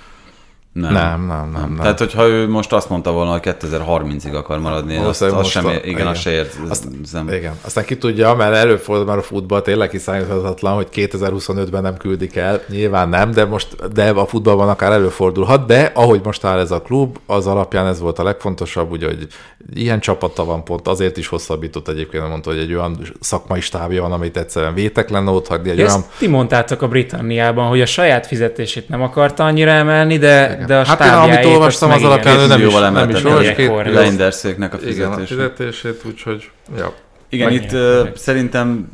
Nem. Tehát, hogyha ő most azt mondta volna, hogy 2030-ig akar maradni, azt sem érzem. Igen. Aztán ki tudja, mert előfordul már a futball tényleg kiszámíthatatlan, hogy 2025-ben nem küldik el. Nyilván nem, de a futballban akár előfordulhat, de ahogy most áll ez a klub, az alapján ez volt a legfontosabb, ugye, hogy ilyen csapata van pont, azért is hosszabbított egyébként, mondta, hogy egy olyan szakmai stábja van, amit egyszerűen vétek lenne ott hagyni. Ti mondtátok a Britanniában, hogy a saját fizetését nem akarta annyira emelni, de a stábjáit... amit olvastam, az alapján nem is Leinderszéknek a fizetését. Igen, a fizetését, úgyhogy... Ja. Igen, itt szerintem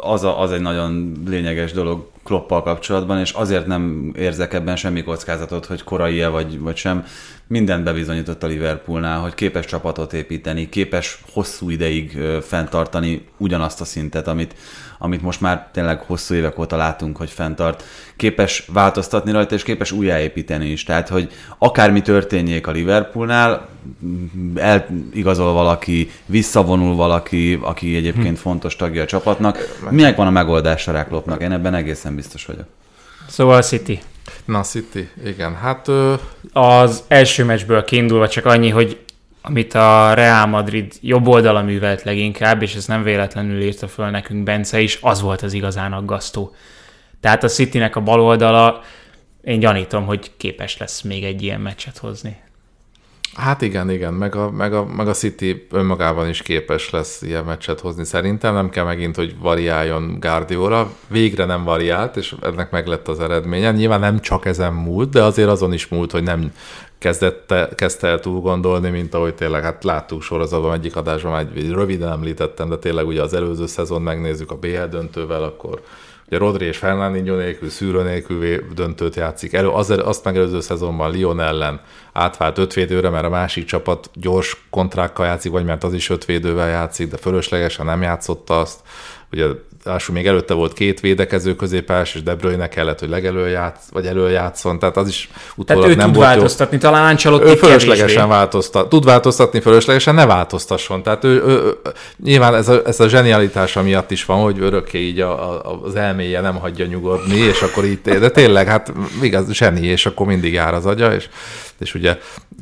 az egy nagyon lényeges dolog Kloppal kapcsolatban, és azért nem érzek ebben semmi kockázatot, hogy korai-e vagy sem. Mindent bebizonyított a Liverpoolnál, hogy képes csapatot építeni, képes hosszú ideig fenntartani ugyanazt a szintet, amit most már tényleg hosszú évek óta látunk, hogy fenntart. Képes változtatni rajta, és képes újjáépíteni is. Tehát, hogy akármi történjék a Liverpoolnál, eligazol valaki, visszavonul valaki, aki egyébként fontos tagja a csapatnak. Minek van a megoldása rá Kloppnak? Én ebben egészen biztos vagyok. Szóval a City. Na, City, igen. Hát az első meccsből kiindulva csak annyi, hogy amit a Real Madrid jobb oldala művelt leginkább, és ez nem véletlenül írta föl nekünk Bence is, az volt az igazán aggasztó. Tehát a Citynek a bal oldala, én gyanítom, hogy képes lesz még egy ilyen meccset hozni. Hát igen, meg a City önmagában is képes lesz ilyen meccset hozni. Szerintem nem kell megint, hogy variáljon Guardiola. Végre nem variált, és ennek meg lett az eredménye. Nyilván nem csak ezen múlt, de azért azon is múlt, hogy nem kezdte el túl gondolni, mint ahogy tényleg, hát láttuk sorozatban egyik adásban, már röviden említettem, de tényleg ugye az előző szezon megnézzük a BL döntővel, akkor ugye Rodri és Fernandinho nélkül, Szűrő nélkül döntőt játszik. Azt megelőző szezonban Lyon ellen átvált 5 védőre, mert a másik csapat gyors kontrákkal játszik, vagy mert az is 5 védővel játszik, de fölöslegesen nem játszotta azt. Ugye még előtte volt 2 védekező középpályás, és De Bruyne kellett, hogy elől játszon, tehát az is utólag nem volt. Tehát ő tud változtatni, talán Ancelotti ő fölöslegesen tud változtatni, fölöslegesen ne változtasson. Tehát ő nyilván ez a zsenialitása miatt is van, hogy örökké így az elméje nem hagyja nyugodni, és akkor így, de tényleg, hát igaz, zseni, és akkor mindig jár az agya, és ugye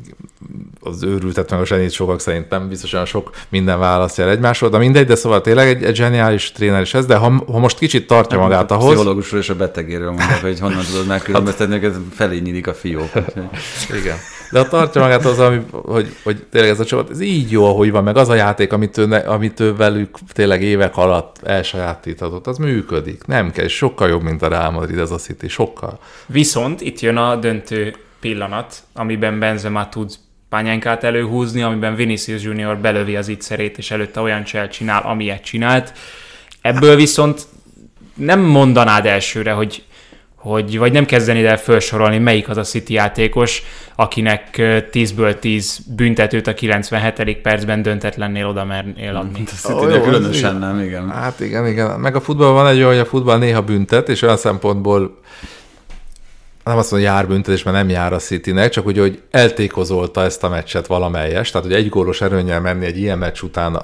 az őrültet meg a zsenit sokak szerint nem biztosan sok minden választja el egymásról, de mindegy, de szóval tényleg egy zseniális tréner is ez, de ha most kicsit tartja magát ahhoz... A pszichológusról és a betegéről mondok, hogy honnan tudod megkülönböztetni, hogy felé nyílik a fiók. Igen. De ha tartja magát az, hogy tényleg ez a csapat, ez így jó, ahogy van, meg az a játék, amit ő velük tényleg évek alatt elsajátíthatott, az működik. Nem kell, sokkal jobb, mint a Real Madrid ez a City, sokkal. Viszont itt jön a döntő pillanat, amiben Benzema tud Pányánkát előhúzni, amiben Vinicius Junior belövi az ittszerét, és előtte olyan cselt csinál, amilyet csinált. Ebből viszont nem mondanád elsőre, vagy nem kezdenéd el felsorolni, melyik az a City játékos, akinek 10-ből 10 büntetőt a 97. percben döntetlennél oda mernél adni. A Citynek különösen nem, igen. Hát igen. Meg a futballban van egy olyan, hogy a futball néha büntet, és olyan szempontból nem azt mondom, hogy jár büntetés, mert nem jár a Citynek, csak úgy, hogy eltékozolta ezt a meccset valamelyes, tehát hogy egy gólos erőnnyel menni egy ilyen meccs után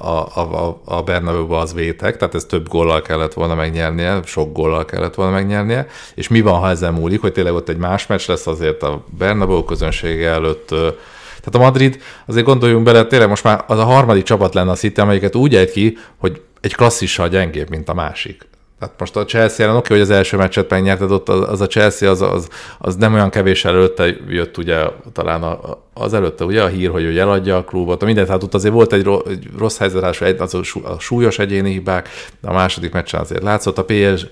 a Bernabéuba az vétek, tehát ez több góllal kellett volna megnyernie, sok góllal kellett volna megnyernie, és mi van, ha ezen múlik, hogy tényleg ott egy más meccs lesz azért a Bernabéu közönsége előtt. Tehát a Madrid, azért gondoljunk bele, tényleg most már az a harmadik csapat lenne a City, amelyiket úgy ejt ki, hogy egy klasszissal gyengébb, mint a másik. Tehát most a Chelsea ellen oké, hogy az első meccset megnyerted, ott az a Chelsea az nem olyan kevés előtte jött, ugye talán az előtte ugye a hír, hogy ő eladja a klubot, mindent, hát ott azért volt egy rossz helyzetás, a súlyos egyéni hibák, de a második meccsen azért látszott, a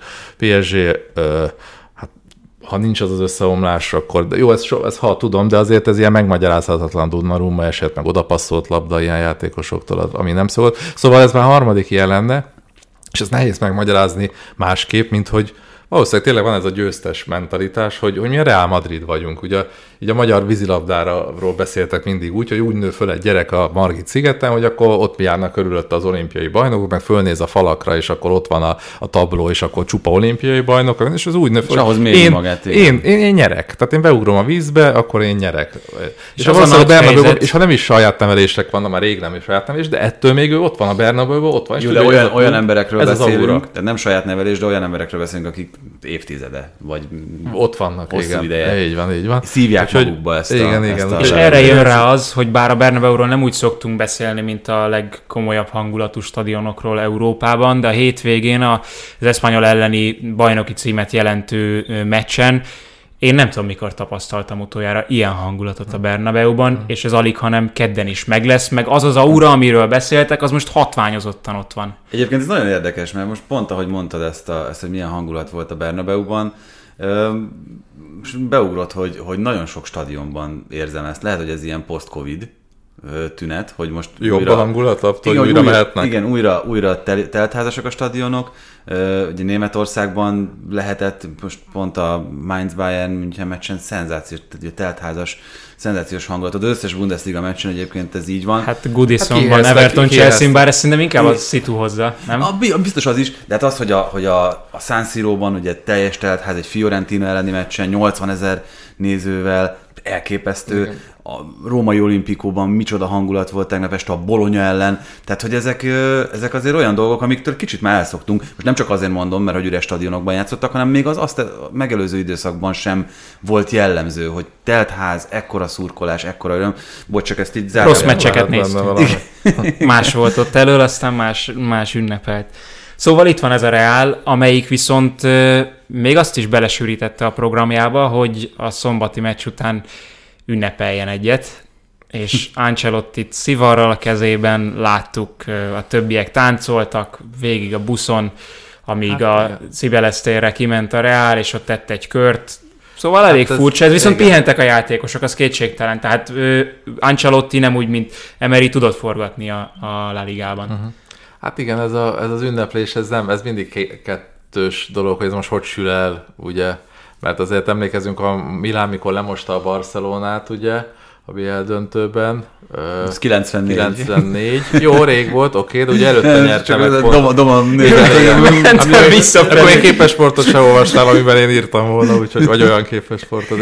PSG hát ha nincs az összeomlás, akkor jó, ez ha tudom, de azért ez ilyen megmagyarázhatatlan Donnarumma esett, meg odapasszolt labda ilyen játékosoktól, ami nem szólt. Szóval ez már harmadik ilyen lenne, és ez nehéz megmagyarázni másképp, mint hogy valószínűleg tényleg van ez a győztes mentalitás, hogy mi a Real Madrid vagyunk. Ugye így a magyar vízilabdáról beszéltek mindig úgy, hogy úgy nő föl egy gyerek a Margit szigeten, hogy akkor ott járnak körülötte az olimpiai bajnokok, meg fölnéz a falakra, és akkor ott van a tabló, és akkor csupa olimpiai bajnok, és az úgy nő föl, és ahhoz méri magát. Én nyerek. Tehát én beugrom a vízbe, akkor én nyerek. És ha nem is saját nevelések vannak, már rég nem is saját nevelés, de ettől még ő ott van a Bernabéuban, ott van. Jó, de olyan emberekről beszélünk, tehát nem saját nevelés, de olyan emberekről beszélünk, akik évtizede, vagy ott vannak, hosszú ideje. Így van. Szívják magukba ezt igen. És erre jön rá az, hogy bár a Bernabéuról nem úgy szoktunk beszélni, mint a legkomolyabb hangulatú stadionokról Európában, de a hétvégén az Espanyol elleni bajnoki címet jelentő meccsen én nem tudom, mikor tapasztaltam utoljára ilyen hangulatot a Bernabéuban, és ez alig, hanem kedden is meg lesz, meg az aura, amiről beszéltek, az most hatványozottan ott van. Egyébként ez nagyon érdekes, mert most pont ahogy mondtad ezt hogy milyen hangulat volt a Bernabéuban, beugrott, hogy nagyon sok stadionban érzem ezt. Lehet, hogy ez ilyen post-covid, tünet, hogy most jobb a hangulat, hogy újra mehetnek. Igen, újra teltházasak a stadionok. Ugye Németországban lehetett most pont a Mainz-Bayern München meccsen szenzációs hangulat. Az összes Bundesliga meccsen egyébként ez így van. Hát Goodisonban, Everton-Chelsea, bár ez szerintem inkább a szitu hozza, nem? Biztos az is, de hát az, hogy a San Siróban ugye teljes teltház egy Fiorentina elleni meccsen 80 000 nézővel, elképesztő. Igen. A római olimpikóban micsoda hangulat volt tegnap este a Bologna ellen. Tehát, hogy ezek azért olyan dolgok, amiktől kicsit már elszoktunk. Most nem csak azért mondom, mert hogy üres stadionokban játszottak, hanem még az azt megelőző időszakban sem volt jellemző, hogy teltház, ekkora szurkolás, ekkora öröm. Bocs, csak ezt így rossz meccseket néztünk. Más volt ott elől, aztán más ünnepelt. Szóval itt van ez a Real, amelyik viszont még azt is belesűrítette a programjába, hogy a szombati meccs után ünnepeljen egyet, és Ancelottit szivarral a kezében láttuk, a többiek táncoltak végig a buszon, amíg a Cibeles térre kiment a Real, és ott tett egy kört. Szóval elég furcsa, ez viszont pihentek a játékosok, az kétségtelen. Tehát Ancelotti nem úgy, mint Emery tudott forgatni a La Ligában. Uh-huh. Hát igen, ez az ünneplés, ez mindig kettős dolog, hogy ez most hogy sül el, ugye? Mert azért emlékezünk, a Milán, mikor lemosta a Barcelonát, ugye, a BL döntőben. Ez 94. Jó, rég volt, oké, de ugye előtte nyertem egy Akkor én képessportot sem olvastál, amiben én írtam volna, úgyhogy vagy olyan képessportot,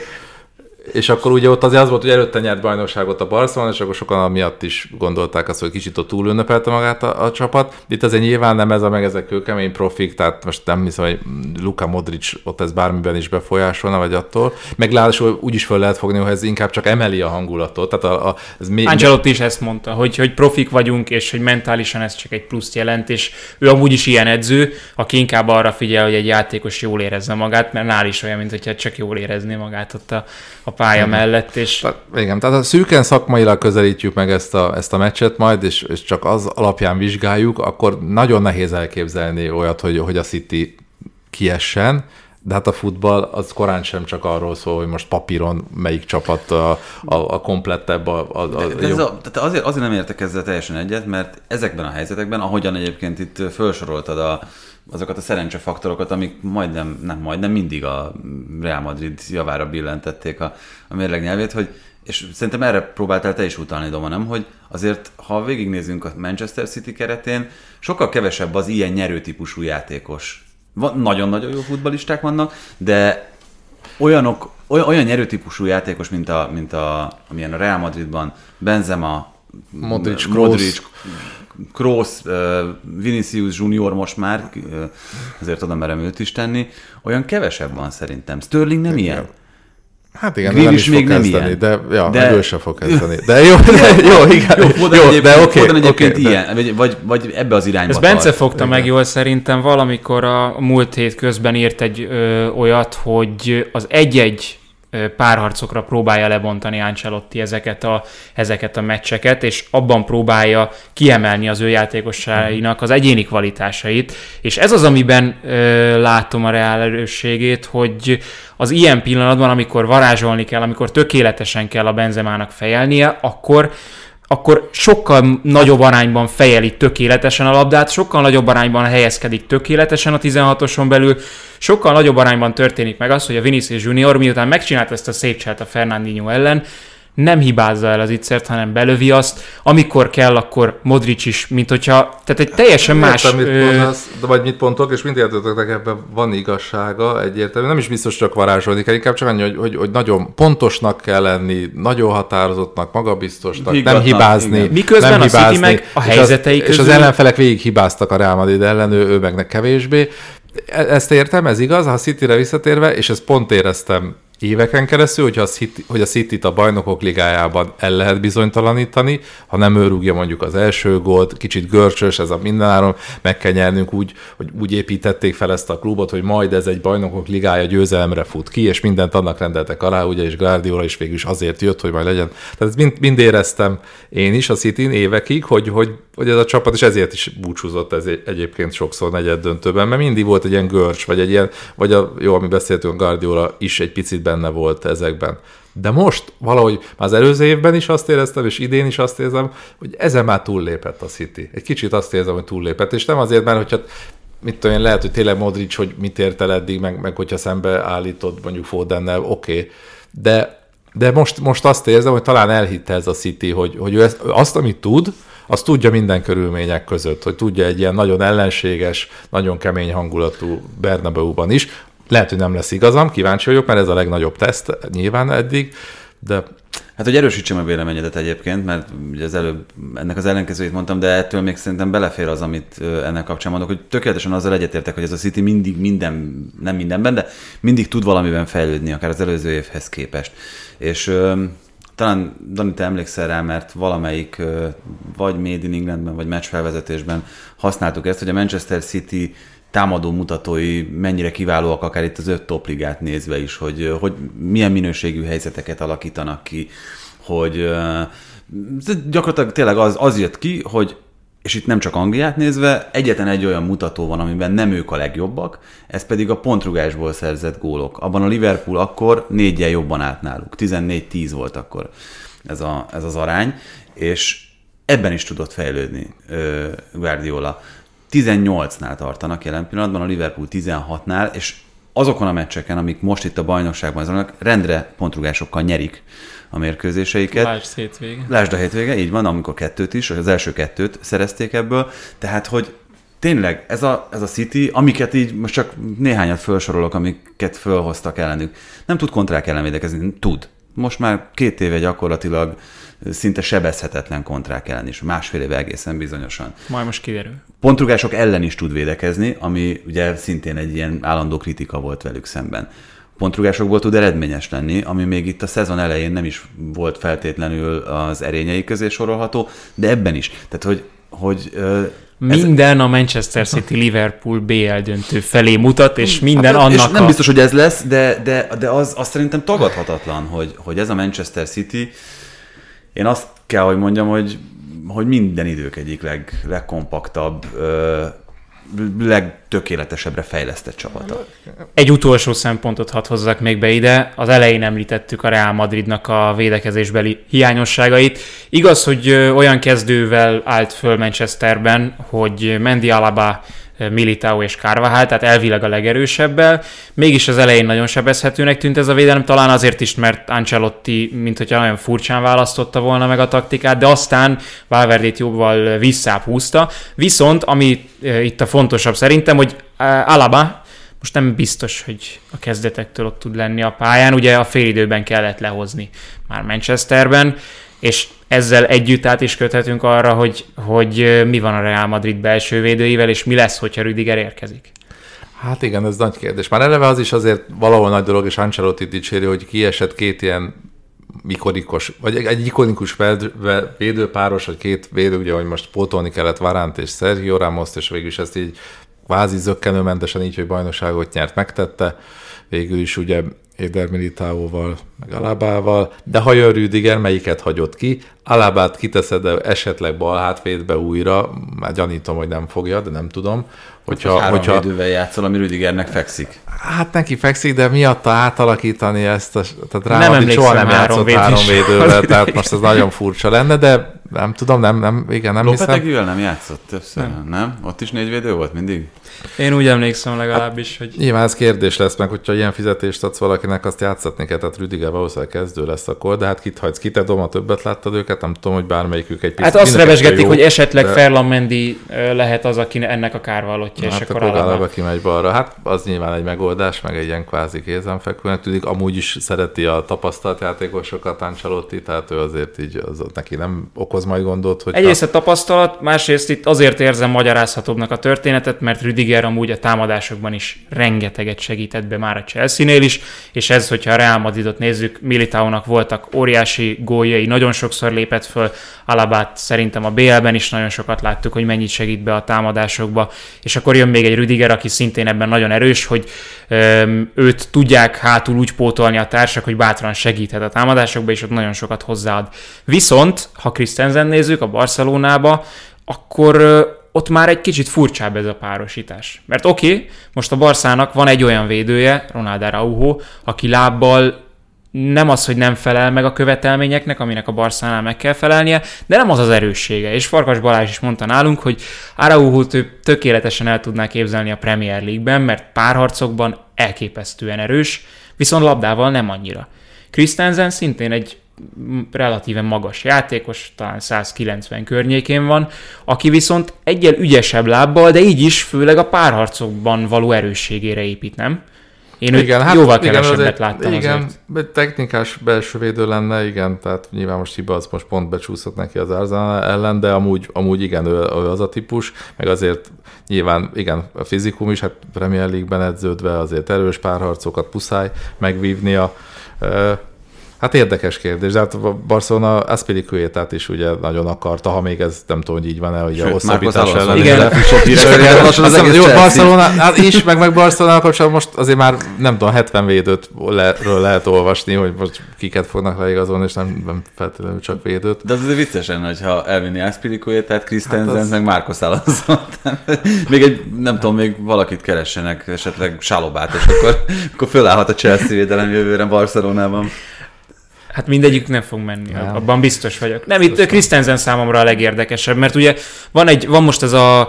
és akkor ugye ott azért az volt, hogy előtte nyert bajnokságot a Barcelona, és akkor sokan amiatt is gondolták azt, hogy kicsit ott túlünnepelte magát a csapat. Itt azért nyilván nem ez ezek kőkemény profik, tehát most nem hiszem, hogy Luka Modric ott ez bármiben is befolyásolna, vagy attól. Meg ráadásul úgy is föl lehet fogni, hogy ez inkább csak emeli a hangulatot. Tehát Ancelotti is ezt mondta, hogy profik vagyunk, és hogy mentálisan ez csak egy pluszt jelent, és ő amúgy is ilyen edző, aki inkább arra figyel, hogy egy játékos jól érezze magát, mert nál is olyan, mint hogyha csak jól érezné magát ott a pálya mellett. És... Tehát a szűken szakmailag közelítjük meg ezt a meccset majd, és csak az alapján vizsgáljuk, akkor nagyon nehéz elképzelni olyat, hogy a City kiessen, de hát a futball az korán sem csak arról szól, hogy most papíron melyik csapat a komplettebb. Tehát azért nem értek ezzel teljesen egyet, mert ezekben a helyzetekben, ahogyan egyébként itt felsoroltad azokat a szerencsefaktorokat, amik majdnem mindig a Real Madrid javára billentették a mérleg nyelvét, és szerintem erre próbáltál te is utalni, Doma, nem? Hogy azért, ha végignézünk a Manchester City keretén, sokkal kevesebb az ilyen nyerőtípusú játékos. Nagyon-nagyon jó futballisták vannak, de olyan nyerőtípusú játékos, mint amilyen a Real Madridban Benzema, Modric, Kroos, Vinicius Junior most már, azért oda merem őt is tenni, olyan kevesebb van szerintem. Sterling nem ilyen. Hát igen, nem is fog kezdeni, de ő sem fog kezdeni. De jó, Foden egyébként ilyen, vagy ebbe az irányba. Ez Bence fogta meg jól szerintem, valamikor a múlt hét közben írt egy olyat, hogy az egy-egy párharcokra próbálja lebontani Ancelotti ezeket a meccseket, és abban próbálja kiemelni az ő játékosainak az egyéni kvalitásait, és ez az, amiben látom a Real erősségét, hogy az ilyen pillanatban, amikor varázsolni kell, amikor tökéletesen kell a Benzemának fejelnie, akkor sokkal nagyobb arányban fejeli tökéletesen a labdát, sokkal nagyobb arányban helyezkedik tökéletesen a 16-oson belül, sokkal nagyobb arányban történik meg az, hogy a Vinicius Junior, miután megcsinált ezt a szép cselt a Fernandinho ellen, nem hibázza el az ittszert, hanem belövi azt. Amikor kell, akkor Modric is, mint hogyha... Tehát egy teljesen más... Vagy mit pontok, és mindjárt ebben van igazsága egyértelmű. Nem is biztos csak varázsolni kell, inkább csak annyi, hogy nagyon pontosnak kell lenni, nagyon határozottnak, magabiztosnak, nem hibázni. Igen. Miközben nem hibázni, a City meg a helyzetei közül... És az ellenfelek végig hibáztak a Real Madrid ellen, ő meg kevésbé. Ezt értem, ez igaz, ha a Cityre visszatérve, és ezt pont éreztem éveken keresztül, hogy a Cityt a Bajnokok Ligájában el lehet bizonytalanítani, ha nem ő rúgja mondjuk az első gólt, kicsit görcsös, ez a mindenáron, meg kell nyernünk úgy, hogy úgy építették fel ezt a klubot, hogy majd ez egy Bajnokok Ligája győzelemre fut ki, és mindent annak rendeltek alá, ugye, és Guardiola is végül is azért jött, hogy majd legyen. Tehát ezt mind éreztem én is a Cityn évekig, hogy ez a csapat, és ezért is búcsúzott ez egyébként sokszor negyeddöntőben, mert mindig volt egy ilyen görcs, vagy egy ilyen, vagy jó, ami beszéltünk, Guardiola is egy picit benne volt ezekben. De most valahogy az előző évben is azt éreztem, és idén is azt érzem, hogy ezen már túllépett a City. Egy kicsit azt érzem, hogy túllépett, és nem azért, mert hogyha mit tudom én, lehet, hogy tényleg Modric, hogy mit ért el eddig, meg hogyha szembe állítod mondjuk Fodennel, oké. De most azt érzem, hogy talán elhitte ez a City, hogy ő azt, amit tud, azt tudja minden körülmények között, hogy tudja egy ilyen nagyon ellenséges, nagyon kemény hangulatú Bernabéuban is. Lehet, hogy nem lesz igazam, kíváncsi vagyok, mert ez a legnagyobb teszt nyilván eddig, de... Hát, hogy erősítsem a véleményedet egyébként, mert ugye az előbb ennek az ellenkezőjét mondtam, de ettől még szerintem belefér az, amit ennek kapcsán mondok, hogy tökéletesen azzal egyetértek, hogy ez a City mindig nem mindenben, de mindig tud valamiben fejlődni, akár az előző évhez képest. És talán, Dani, te emlékszel rá, mert valamelyik vagy Made in Englandben, vagy meccsfelvezetésben használtuk ezt, hogy a Manchester City támadó mutatói mennyire kiválóak, akár itt az 5 topligát nézve is, hogy milyen minőségű helyzeteket alakítanak ki, hogy gyakorlatilag tényleg az jött ki, hogy, és itt nem csak Angliát nézve, egyetlen egy olyan mutató van, amiben nem ők a legjobbak, ez pedig a pontrugásból szerzett gólok. Abban a Liverpool akkor 4-jel jobban állt náluk, 14-10 volt akkor ez az arány, és ebben is tudott fejlődni Guardiola. 18-nál tartanak jelen pillanatban, a Liverpool 16-nál, és azokon a meccseken, amik most itt a bajnokságban zajlanak, rendre pontrugásokkal nyerik a mérkőzéseiket. Lásd a hétvége, így van, amikor 2-t is, az első 2-t szerezték ebből, tehát, hogy tényleg ez a City, amiket így most csak néhányat felsorolok, amiket fölhoztak ellenük, nem tud kontrák ellen védekezni, tud. Most már 2 éve gyakorlatilag szinte sebezhetetlen kontrák ellen is, 1,5 éve egészen bizonyosan. Majd most kiderül. Pontrugások ellen is tud védekezni, ami ugye szintén egy ilyen állandó kritika volt velük szemben. Pontrugásokból tud eredményes lenni, ami még itt a szezon elején nem is volt feltétlenül az erényei közé sorolható, de ebben is. Tehát, hogy minden a Manchester City Liverpool BL döntő felé mutat, és minden annak és nem biztos, hogy ez lesz, de az szerintem tagadhatatlan, hogy ez a Manchester City, én azt kell, hogy mondjam, hogy minden idők egyik legkompaktabb, legtökéletesebbre fejlesztett csapata. Egy utolsó szempontot hadd hozzak még be ide. Az elején említettük a Real Madridnak a védekezésbeli hiányosságait. Igaz, hogy olyan kezdővel állt föl Manchesterben, hogy Mendy, Alaba, Militao és Carvajal, tehát elvileg a legerősebbel. Mégis az elején nagyon sebezhetőnek tűnt ez a védelem, talán azért is, mert Ancelotti, mint hogyha nagyon furcsán választotta volna meg a taktikát, de aztán Valverdét jóval visszább húzta. Viszont, ami itt a fontosabb szerintem, hogy Alaba most nem biztos, hogy a kezdetektől ott tud lenni a pályán, ugye a félidőben kellett lehozni már Manchesterben, és ezzel együtt át is köthetünk arra, hogy mi van a Real Madrid belső védőivel, és mi lesz, hogyha Rüdiger érkezik. Hát igen, ez nagy kérdés. Már eleve az is azért valahol nagy dolog, és Ancelotti dicséri, hogy kiesett 2 ilyen ikonikus, vagy egy ikonikus védőpáros, vagy 2 védő, ugye, hogy most pótolni kellett Varánt és Sergio Ramoszt, és végül is ezt így kvázi zökkenőmentesen így, hogy bajnokságot nyert, megtette. Végül is ugye Eder Militaóval, meg Alabával, de ha jön Rüdiger, melyiket hagyott ki? Alabát kiteszed, de esetleg bal hátvédbe újra, már gyanítom, hogy nem fogja, de nem tudom. Hogyha védővel játszol, ami Rüdigernek fekszik. Hát neki fekszik, de miatta átalakítani ezt, tehát Rámadi soha nem játszott 3 védővel, tehát most ez nagyon furcsa lenne, de nem tudom, nem hiszem. Lopetegűvel nem játszott többször, nem? Ott is 4 védő volt mindig? Én úgy emlékszem legalábbis, hogy... Nyilván ez kérdés lesz meg, hogyha ilyen fizetést adsz valakinek, azt játszatni kell, tehát Rüdiger valószínűleg kezdő lesz akkor, de hát kit hagysz ki, te Doma többet láttad őket, nem tudom, hogy bármelyikük egy picit. Hát azt rebesgették, hogy esetleg Ferland Mendy lehet az, aki ennek a kárvallottja, és akkor Alaba kimegy balra. Hát az nyilván egy megoldás, meg egy ilyen kvázi kézenfekvőnek tűnik. Amúgy is szereti a tapasztalt játékosokat Ancelotti, tehát ő azért így neki nem okoz majd gondot. Hogy egyrészt a tapasztalat, másrészt itt azért érzem magyarázhatóbbnak a történetet, mert Rüdiger amúgy a támadásokban is rengeteget segített be már a Chelsea-nél is, és ez, hogyha a Real Madridot nézzük, Militaónak voltak óriási góljai, nagyon sokszor lépett föl, Alabát szerintem a BL-ben is nagyon sokat láttuk, hogy mennyit segít be a támadásokba, és akkor jön még egy Rüdiger, aki szintén ebben nagyon erős, hogy őt tudják hátul úgy pótolni a társak, hogy bátran segíthet a támadásokba, és ott nagyon sokat hozzáad. Viszont, ha Christensen nézzük a Barcelonába, akkor ott már egy kicsit furcsább ez a párosítás. Mert oké, most a Barszának van egy olyan védője, Ronald Araujo, aki lábbal nem az, hogy nem felel meg a követelményeknek, aminek a Barszánál meg kell felelnie, de nem az az erőssége. És Farkas Balázs is mondta nálunk, hogy Araújót ő tökéletesen el tudná képzelni a Premier League-ben, mert párharcokban elképesztően erős, viszont labdával nem annyira. Christensen szintén egy relatíven magas játékos, talán 190 környékén van, aki viszont egyel ügyesebb lábbal, de így is főleg a párharcokban való erősségére épít, nem? Én jóval kevesebbet láttam azért. Technikás belső védő lenne, igen, tehát nyilván most hiba az most pont becsúszott neki az Arsenal ellen, de amúgy igen, ő az a típus, meg azért nyilván igen, a fizikum is, hát Premier League-ben edződve azért erős párharcokat muszáj megvívnia. Hát érdekes kérdés, de hát a Barcelona Azpilicuétát is ugye nagyon akarta, ha még ez nem tudom, hogy így van-e, hogy a hosszabbítás ellen. Igen, jó, Barcelona, hát is, meg Barcelona kapcsolatban most azért már nem tudom, 70 védőtről lehet olvasni, hogy most kiket fognak leigazolni, és nem feltétlenül csak védőt. De az azért viccesen, hogyha elvinni Azpilicuétát, Christensen, hát meg Marcos Alonso. Még egy, nem tudom, még valakit keressenek, esetleg Salobát, és akkor fölállhat a Chelsea védelem jövőre Barcelonában. Hát mindegyik nem fog menni, abban biztos vagyok. Nem, itt Christensen számomra a legérdekesebb, mert ugye van most ez a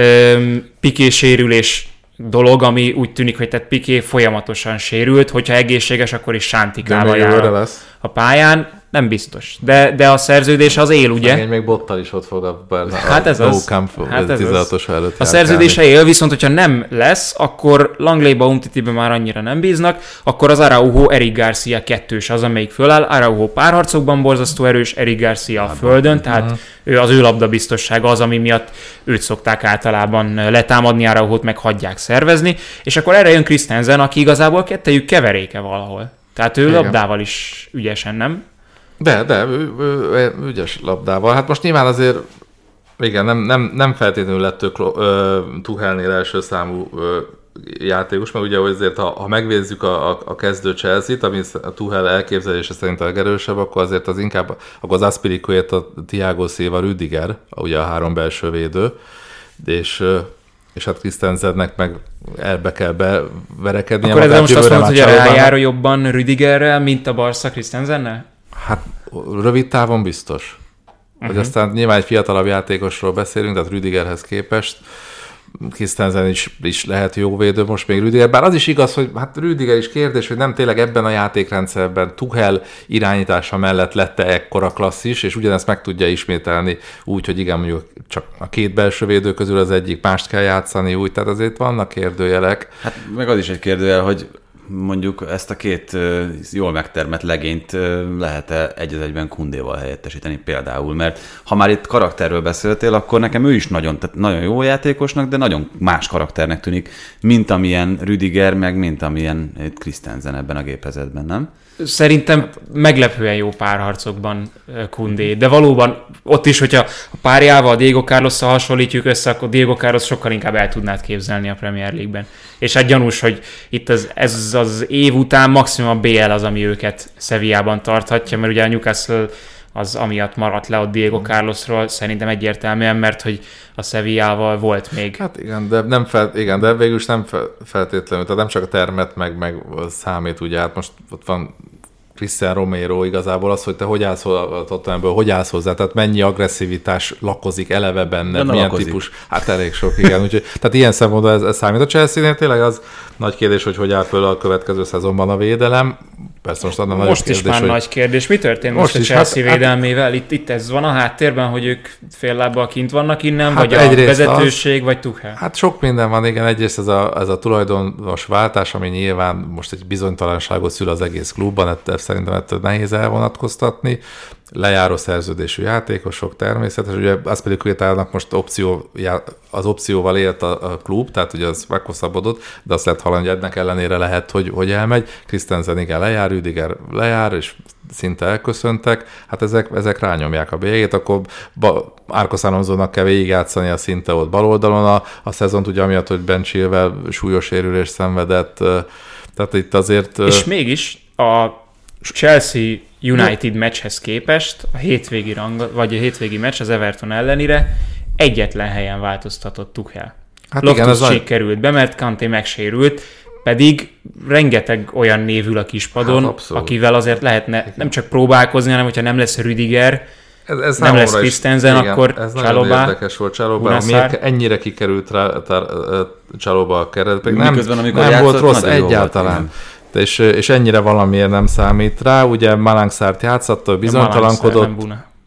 Piqué sérülés dolog, ami úgy tűnik, hogy tehát Piqué folyamatosan sérült, hogyha egészséges, akkor is sántikával jár a pályán. Nem biztos. De a szerződés az él, ugye? Még Bottal is ott fog hát ez az. Hát ez 16-os előtt. A szerződése él, viszont hogyha nem lesz, akkor Langleyba, Umtitibe már annyira nem bíznak, akkor az Araujo, Eric Garcia kettős az, amelyik föláll. Araujo párharcokban borzasztó erős, Eric Garcia a földön, tehát az ő labdabiztossága az, ami miatt őt szokták általában letámadni, Araujót meg hagyják szervezni, és akkor erre jön Christensen, aki igazából kettejük keveréke valahol. Tehát ő labdával is ügyesen, nem? De ő ügyes labdával. Hát most nyilván azért, igen, nem feltétlenül lett Tuchelnél első számú játékos, mert ugye azért, ha megvézzük a kezdő Chelsea-t, ami a Tuchel elképzelése szerint a legerősebb, akkor azért az inkább akkor az Azpilicueta, a Thiago Silva, Rüdiger, ugye a 3 belső védő, és hát Christensennek meg elbe kell beverekedni. Akkor ezzel most azt mondod, hogy a Real jár jobban Rüdigerrel, mint a Barca Christensennel? Hát rövid távon biztos. Hogy aztán nyilván egy fiatalabb játékosról beszélünk, tehát Rüdigerhez képest Christensen is lehet jó védő most még Rüdiger. Bár az is igaz, hogy hát Rüdiger is kérdés, hogy nem tényleg ebben a játékrendszerben Tuchel irányítása mellett lett-e ekkora klasszis, és ugyanezt meg tudja ismételni úgy, hogy igen, mondjuk csak a 2 belső védő közül az egyik mást kell játszani úgy, tehát azért vannak kérdőjelek. Hát meg az is egy kérdőjel, hogy mondjuk ezt a 2 jól megtermett legényt lehet-e egy az egyben Kundéval helyettesíteni például, mert ha már itt karakterről beszéltél, akkor nekem ő is nagyon jó játékosnak, de nagyon más karakternek tűnik, mint amilyen Rüdiger, meg mint amilyen Christensen ebben a gépezetben, nem? Szerintem meglepően jó párharcokban Koundé, de valóban ott is, hogyha a párjával, Diego Carlosszal hasonlítjuk össze, akkor Diego Carlos sokkal inkább el tudnád képzelni a Premier League-ben. És hát gyanús, hogy itt ez az év után maximum a BL az, ami őket Sevillában tarthatja, mert ugye a Newcastle az amiatt maradt le a Diego Carlosról, szerintem egyértelműen, mert hogy a Sevillával volt még. Hát igen, de végül is nem feltétlenül, tehát nem csak a termet meg számít, ugye, hát most ott van Cristian Romero igazából az, hogy te hogy állsz a Tottenhamből, hogy állsz hozzá, tehát mennyi agresszivitás lakozik eleve benne, milyen lakozik. Típus, hát elég sok, igen, úgyhogy, tehát ilyen szempontból ez számít. A Chelsea-nél tényleg az nagy kérdés, hogy áll föl a következő szezonban a védelem. Persze most is már nagy kérdés. Mi történt most a Chelsea védelmével? Itt ez van a háttérben, hogy ők fél lábbal kint vannak innen, vagy a vezetőség, vagy Tuchel? Hát sok minden van, igen. Egyrészt ez a tulajdonos váltás, ami nyilván most egy bizonytalanságot szül az egész klubban, szerintem ettől nehéz elvonatkoztatni. Lejáró szerződésű játékosok természetesen, ugye Azpilicuétának most az opcióval élt a klub, tehát ugye az meghosszabbodott, de azt lehet hallani, hogy ennek ellenére lehet, hogy elmegy. Christensen igen lejár, Rüdiger lejár, és szinte elköszöntek, hát ezek rányomják a bélyegét, akkor Marcos Alonsónak kell végigjátszani a szinte ott bal oldalon a szezont, ugye amiatt, hogy Ben Chilwell súlyos sérülést szenvedett, tehát itt azért... És mégis a Chelsea United meccshez képest a hétvégi meccs az Everton ellenére egyetlen helyen változtatott Tuchel. Hát Loftus-Cheek került be, mert Kanté megsérült. pedig rengeteg olyan névül a kispadon, akivel azért lehetne nem csak próbálkozni, hanem hogyha nem lesz Rüdiger, ez nem lesz Christensen, akkor ez Csalobah. nagyon érdekes volt Csalobah, miért ennyire kikerült Csalobah a keretbe. Nem volt rossz egyáltalán. És ennyire valamiért nem számít rá. Ugye Malang Sarrt játszatta, bizonytalankodott.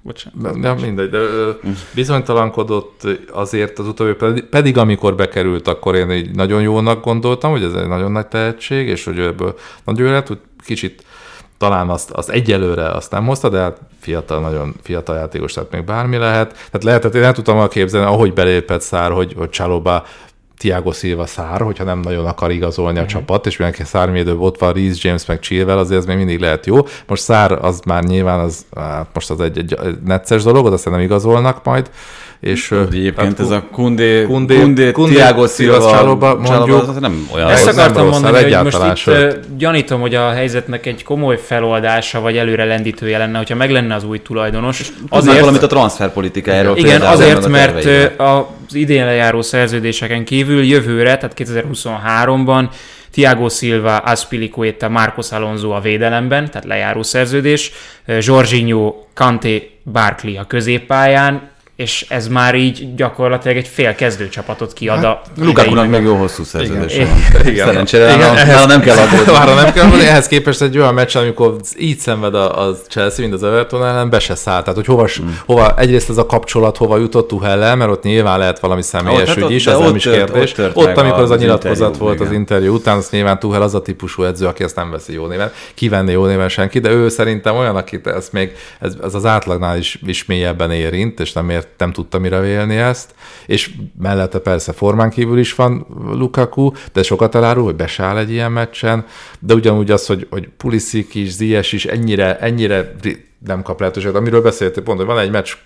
Nem mindegy, de bizonytalankodott azért az utóbbi, pedig amikor bekerült, akkor én így nagyon jónak gondoltam, hogy ez egy nagyon nagy tehetség, és hogy ebből nagyon lett, kicsit talán azt egyelőre azt nem hozta, de hát fiatal, nagyon fiatal játékos, tehát még bármi lehet. Tehát lehetett, én nem tudtam volna képzelni, ahogy belépett Sarr, hogy Csalobah, Thiago Silva Sarr, hogyha nem nagyon akar igazolni a csapat, és mindenki szármédőbb ott van, Reece James meg Chilwell, azért ez még mindig lehet jó. Most Sarr az már nyilván most az egy necces dolog, aztán nem igazolnak majd. És egyébként ez a Koundé, Thiago Silva, Csalobah, mondjuk, nem olyan. Ezt akartam mondani, hogy most itt gyanítom, hogy a helyzetnek egy komoly feloldása, vagy előre lendítője lenne, hogyha meg lenne az új tulajdonos. Azért valamit a transferpolitikájáról. Igen, azért, mert az idén lejáró szerződéseken kívül jövőre, tehát 2023-ban Thiago Silva, Azpilicueta, Marcos Alonso a védelemben, tehát lejáró szerződés, Jorginho, Kanté, Barkley a középpályán, és ez már így gyakorlatilag egy fél kezdőcsapatot kiad a... Lukakunak meg jó hosszú szerződés van. Szerencsére nem kell aggódni. Ehhez képest egy olyan meccs, amikor így szenved a Chelsea, mint az Everton ellen, be se szállt. Tehát, hogy hova egyrészt ez a kapcsolat hova jutott Tuchellel, mert ott nyilván lehet valami személyes ügy is, ez nem is kérdés. Ott, amikor az a nyilatkozat volt az interjú után, az nyilván Tuchel az a típusú edző, aki ezt nem veszi jó néven. Kivenni jó néven senki, de ő szerintem olyan, akit ez még ez az átlagnál is mélyebben érint, és nem tudta mire vélni ezt, és mellette persze formán kívül is van Lukaku, de sokat elárul, hogy besáll egy ilyen meccsen, de ugyanúgy az, hogy Pulisic is, Ziyech is ennyire nem kap lehetőséget, amiről beszéltél pont, hogy van egy meccs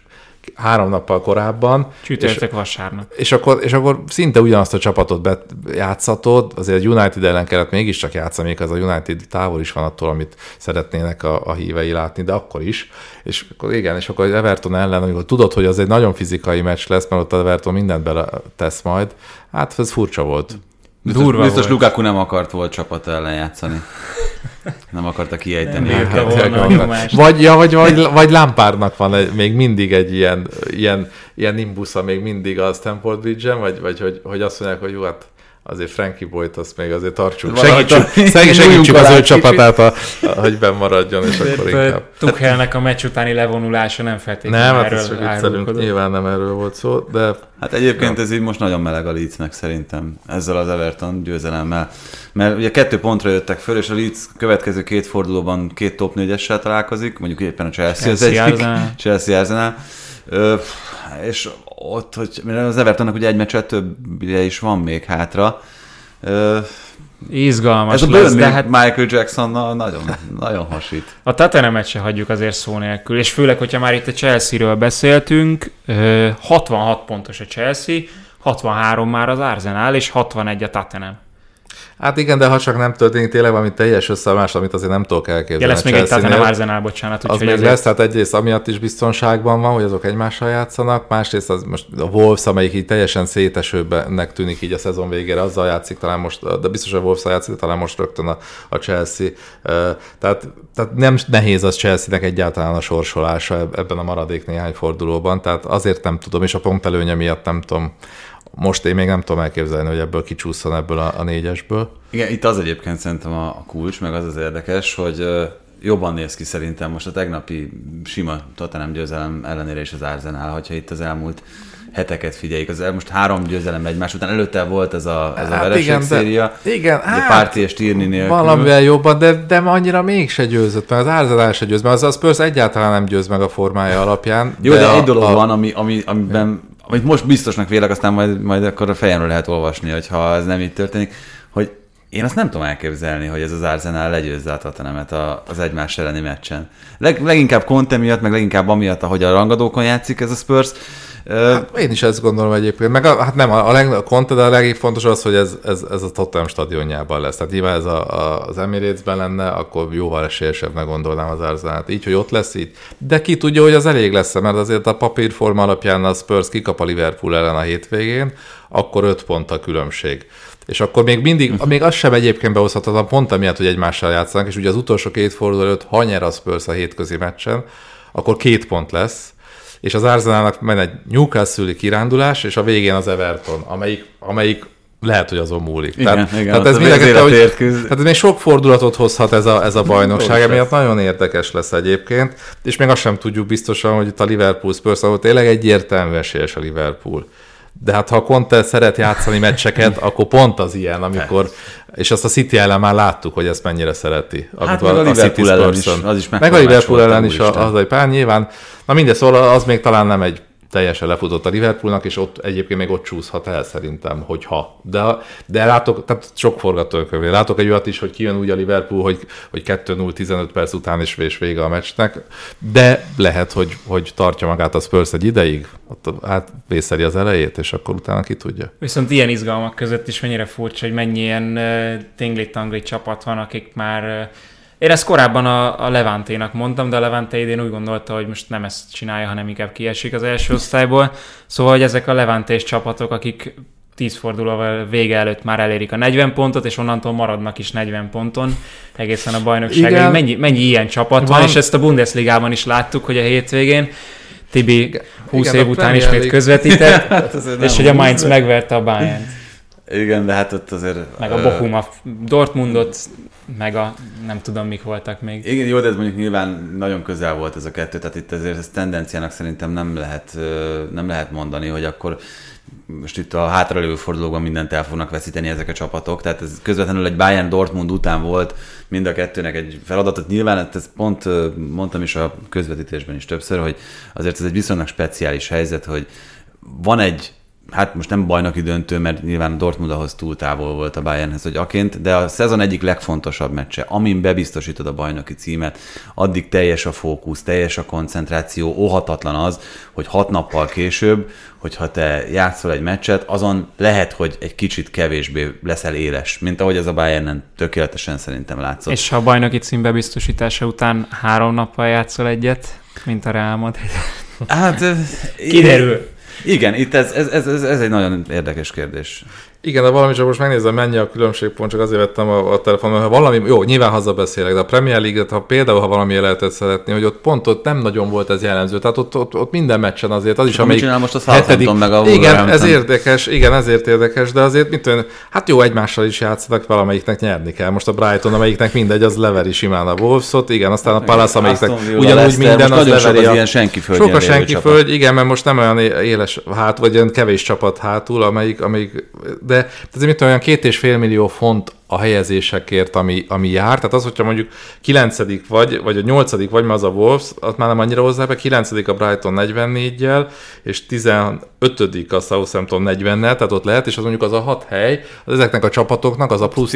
3 nappal korábban. Csütörtök vasárnap. És akkor szinte ugyanazt a csapatot játszhatod, azért United ellen kellett mégiscsak játszani, még az a United távol is van attól, amit szeretnének a hívei látni, de akkor is. És akkor igen, és akkor Everton ellen, amikor tudod, hogy az egy nagyon fizikai meccs lesz, mert ott az Everton mindent beletesz majd, hát ez furcsa volt. Biztos Lukaku nem akart volt csapat ellen játszani. Nem akarta kiejteni. Vagy Lampardnak van még mindig egy ilyen nimbusza még mindig a Stamford Bridge-en, vagy hogy azt mondják, hogy jó, hát azért Frankie Boyt azt még azért tartsuk. Segítsük az ő csapatát, hogy benn maradjon, és akkor inkább. Tuchelnek a meccs utáni levonulása nem feltétlenül nem, erről hát viccelünk, nyilván nem erről volt szó, de... Hát egyébként ez így most nagyon meleg a Leedsnek szerintem, ezzel az Everton győzelemmel. Mert ugye 2 pontra jöttek föl, és a Leeds következő 2 fordulóban 2 top 4-essel találkozik, mondjuk éppen a Chelsea az egyik, Chelsea Arsenal. És ott, hogy az Evertonnak ugye egy meccset többje is van még hátra. Izgalmas ez a lesz, de hát Michael Jacksonnal nagyon hasít. A Tottenhamet se hagyjuk azért szó nélkül, és főleg, hogyha már itt a Chelsea-ről beszéltünk, 66 pontos a Chelsea, 63 már az Arsenal, és 61 a Tottenham. Hát igen, de ha csak nem történik tényleg valami teljes összeomlás, amit azért nem tudok elképzelni. Ja, lesz még egy Tottenham Arsenal, bocsánat. Az még lesz, tehát egyrészt amiatt is biztonságban van, hogy azok egymással játszanak, másrészt az most a Wolves, amelyik így teljesen szétesőbbnek tűnik így a szezon végére, azzal játszik talán most, de biztos a Wolves-szal játszik, talán most rögtön a Chelsea. Tehát nem nehéz az Chelsea-nek egyáltalán a sorsolása ebben a maradék néhány fordulóban, tehát azért nem tudom, és a pontelőnye miatt nem tudom. Most én még nem tudom elképzelni, hogy ebből kicsúszson ebből a 4-esből. Igen, itt az egyébként szerintem a kulcs, meg az érdekes, hogy jobban néz ki szerintem most a tegnapi sima Tottenham győzelem ellenére is az Arsenal, hogyha itt az elmúlt heteket figyeljük. Most 3 győzelem egymás után, előtte volt ez a vereségszéria. Igen, Party és Tierney nélkül. Valamivel jobban, de annyira mégse győzött, mert az Arsenal se győz, mert az Spurs egyáltalán nem győz meg a formája alapján. Jó, de egy dolog van, amiben amit most biztosnak vélek, aztán majd akkor a fejemről lehet olvasni, hogyha ez nem így történik, hogy én azt nem tudom elképzelni, hogy ez az Arsenal legyőzze a Tottenhamet az egymás elleni meccsen. Leginkább Conte miatt, meg leginkább amiatt, ahogy a rangadókon játszik ez a Spurs. Hát én is ezt gondolom egyébként. Meg hát nem, a Conte, de a legfontosabb az, hogy ez a Tottenham stadionjában lesz. Tehát nyilván ez az Emirates-ben lenne, akkor jóval esélyesebbnek gondolnám az Arsenalt. Így, hogy ott lesz itt. De ki tudja, hogy az elég lesz, mert azért a papírforma alapján a Spurs kikap a Liverpool ellen a hétvégén, akkor 5 pont a különbség. És akkor még az sem egyébként behozhatatlan, pont amiatt, hogy egymással játszanak, és ugye az utolsó 2 forduló előtt, ha nyer a Spurs a hétközi meccsen, akkor 2 pont lesz, és az Arsenalnak megy egy Newcastle-i kirándulás, és a végén az Everton, amelyik lehet, hogy azon múlik. Igen, tehát ez tehát még sok fordulatot hozhat ez a bajnokság, emiatt nagyon érdekes lesz egyébként, és még azt sem tudjuk biztosan, hogy itt a Liverpool Spurs, ahol tényleg egyértelmű esélyes a Liverpool. De hát ha a Conte szeret játszani meccseket, akkor pont az ilyen, amikor, és azt a City ellen már láttuk, hogy ezt mennyire szereti. Hát meg a Liverpool ellen is, az is meg a Liverpool ellen is az egy pár nyilván. Na mindegy, szóval az még talán nem egy teljesen lefutott a Liverpoolnak, és ott egyébként még ott csúszhat el szerintem, hogyha. De látok, tehát sok forgatókönyv. Látok egy olyat is, hogy kijön úgy a Liverpool, hogy 2-0 15 perc után is vége a meccsnek, de lehet, hogy tartja magát a Spurs egy ideig, ott vészeli az elejét, és akkor utána ki tudja. Viszont ilyen izgalmak között is mennyire furcsa, hogy mennyi ilyen tingli-tangli csapat van, akik már... Én ezt korábban a Levanténak mondtam, de a Levante idén úgy gondolta, hogy most nem ezt csinálja, hanem inkább kiesik az első osztályból. Szóval, hogy ezek a levantés csapatok, akik 10 fordulóval vége előtt már elérik a 40 pontot, és onnantól maradnak is 40 ponton egészen a bajnokságig. Mennyi ilyen csapat van, és ezt a Bundesligában is láttuk, hogy a hétvégén Tibi 20 év után ismét közvetített, és hogy a Mainz megverte a Bayernt. Igen, de hát ott azért... Meg a Bochum, a Dortmundot, meg a nem tudom, mik voltak még. Igen, jó, de ez mondjuk nyilván nagyon közel volt ez a kettő, tehát itt azért ez tendenciának szerintem nem lehet mondani, hogy akkor most itt a hátralévő fordulókban mindent el fognak veszíteni ezek a csapatok, tehát ez közvetlenül egy Bayern-Dortmund után volt mind a kettőnek egy feladatot. Nyilván ezt pont mondtam is a közvetítésben is többször, hogy azért ez egy viszonylag speciális helyzet, hogy van egy, hát most nem bajnoki döntő, mert nyilván a Dortmund ahhoz túl távol volt a Bayernhez, hogy aként, de a szezon egyik legfontosabb meccse, amin bebiztosítod a bajnoki címet, addig teljes a fókusz, teljes a koncentráció, óhatatlan az, hogy 6 nappal később, hogyha te játszol egy meccset, azon lehet, hogy egy kicsit kevésbé leszel éles, mint ahogy ez a Bayernen tökéletesen szerintem látszott. És ha a bajnoki cím bebiztosítása után 3 nappal játszol egyet, mint a Real Madrid? Hát kiderül. Igen, itt ez egy nagyon érdekes kérdés. Igen, de valami csak most megnézem, mennyi a különbségpont, csak azért vettem a telefonon, ha valami, jó, nyilván hazabeszélek, de a Premier League-et, ha valami lehetett szeretni, hogy ott nem nagyon volt ez jellemző, tehát ott minden meccsen azért, az is, amelyik most a Southampton meg a igen, ez ezért érdekes, de azért mit tudom, hát jó, egymással is játszanak, valamelyiknek nyerni kell. Most a Brighton, amelyiknek mindegy, az leveri simán a Wolvesot, igen, aztán a Palace, amelyiknek ugyanúgy minden, az leveri a... Sok a senkiföld, igen, mert most nem olyan éles hát, vagy olyan kevés csapat hátul, amelyik de ez mit olyan 2,5 millió font a helyezésekért, ami jár. Tehát az, hogyha mondjuk 9. vagy a 8. vagy, mert az a Wolves, az már nem annyira hozzá be, 9. a Brighton 44-jel, és 15. a Southampton 40-nel, tehát ott lehet, és az mondjuk az a 6 hely, az ezeknek a csapatoknak az a plusz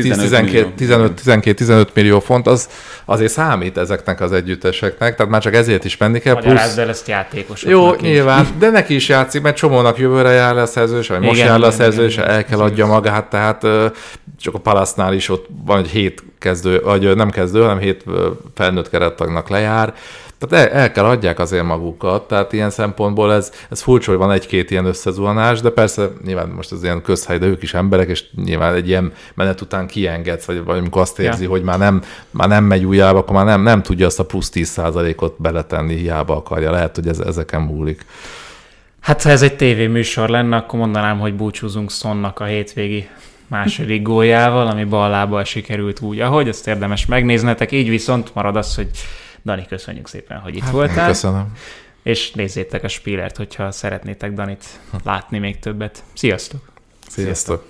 10-12-15 millió font, az azért számít ezeknek az együtteseknek, tehát már csak ezért is menni kell. Magyarázd el ezt játékosoknak. Jó, nyilván, de neki is játszik, mert csomónak jövőre jár le a szerződés, vagy most jár le a szerződés, el kell adja magát, tehát csak a Palace-nál is ott van egy 7 kezdő, vagy nem kezdő, hanem 7 felnőtt kerettagnak lejár. Tehát el kell adják azért magukat, tehát ilyen szempontból ez furcsa, hogy van egy-két ilyen összezuhanás, de persze nyilván most az ilyen közhely, de ők is emberek, és nyilván egy ilyen menet után kiengedsz, vagy amikor azt érzi, hogy már nem megy újjába, akkor már nem tudja azt a plusz 10%-ot beletenni, hiába akarja. Lehet, hogy ez ezeken múlik. Hát ha ez egy tévéműsor lenne, akkor mondanám, hogy búcsúzunk Sonnak a hétvégi második góljával, ami bal lábbal sikerült úgy, ahogy, ezt érdemes megnéznetek. Így viszont marad az, hogy Dani, köszönjük szépen, hogy itt voltál. Köszönöm. És nézzétek a Spielert, hogyha szeretnétek Danit látni még többet. Sziasztok! Sziasztok!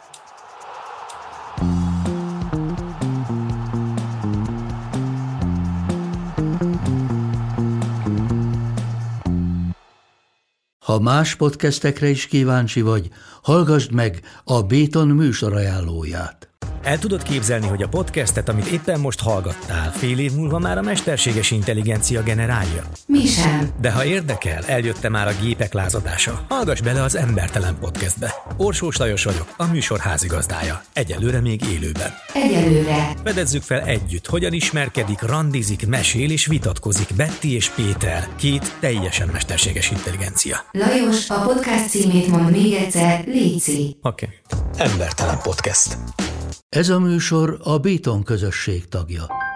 Ha más podcastekre is kíváncsi vagy, hallgassd meg a Béton műsor ajánlóját. El tudod képzelni, hogy a podcastet, amit éppen most hallgattál, fél év múlva már a mesterséges intelligencia generálja? Mi sem. De ha érdekel, eljött már a gépek lázadása. Hallgass bele az Embertelen Podcastbe. Orsós Lajos vagyok, a műsor házigazdája. Egyelőre még élőben. Egyelőre. Fedezzük fel együtt, hogyan ismerkedik, randizik, mesél és vitatkozik Betty és Péter, két teljesen mesterséges intelligencia. Lajos, a podcast címét mondd még egyszer, léci. Oké. Embertelen Podcast. Ez a műsor a Béton közösség tagja.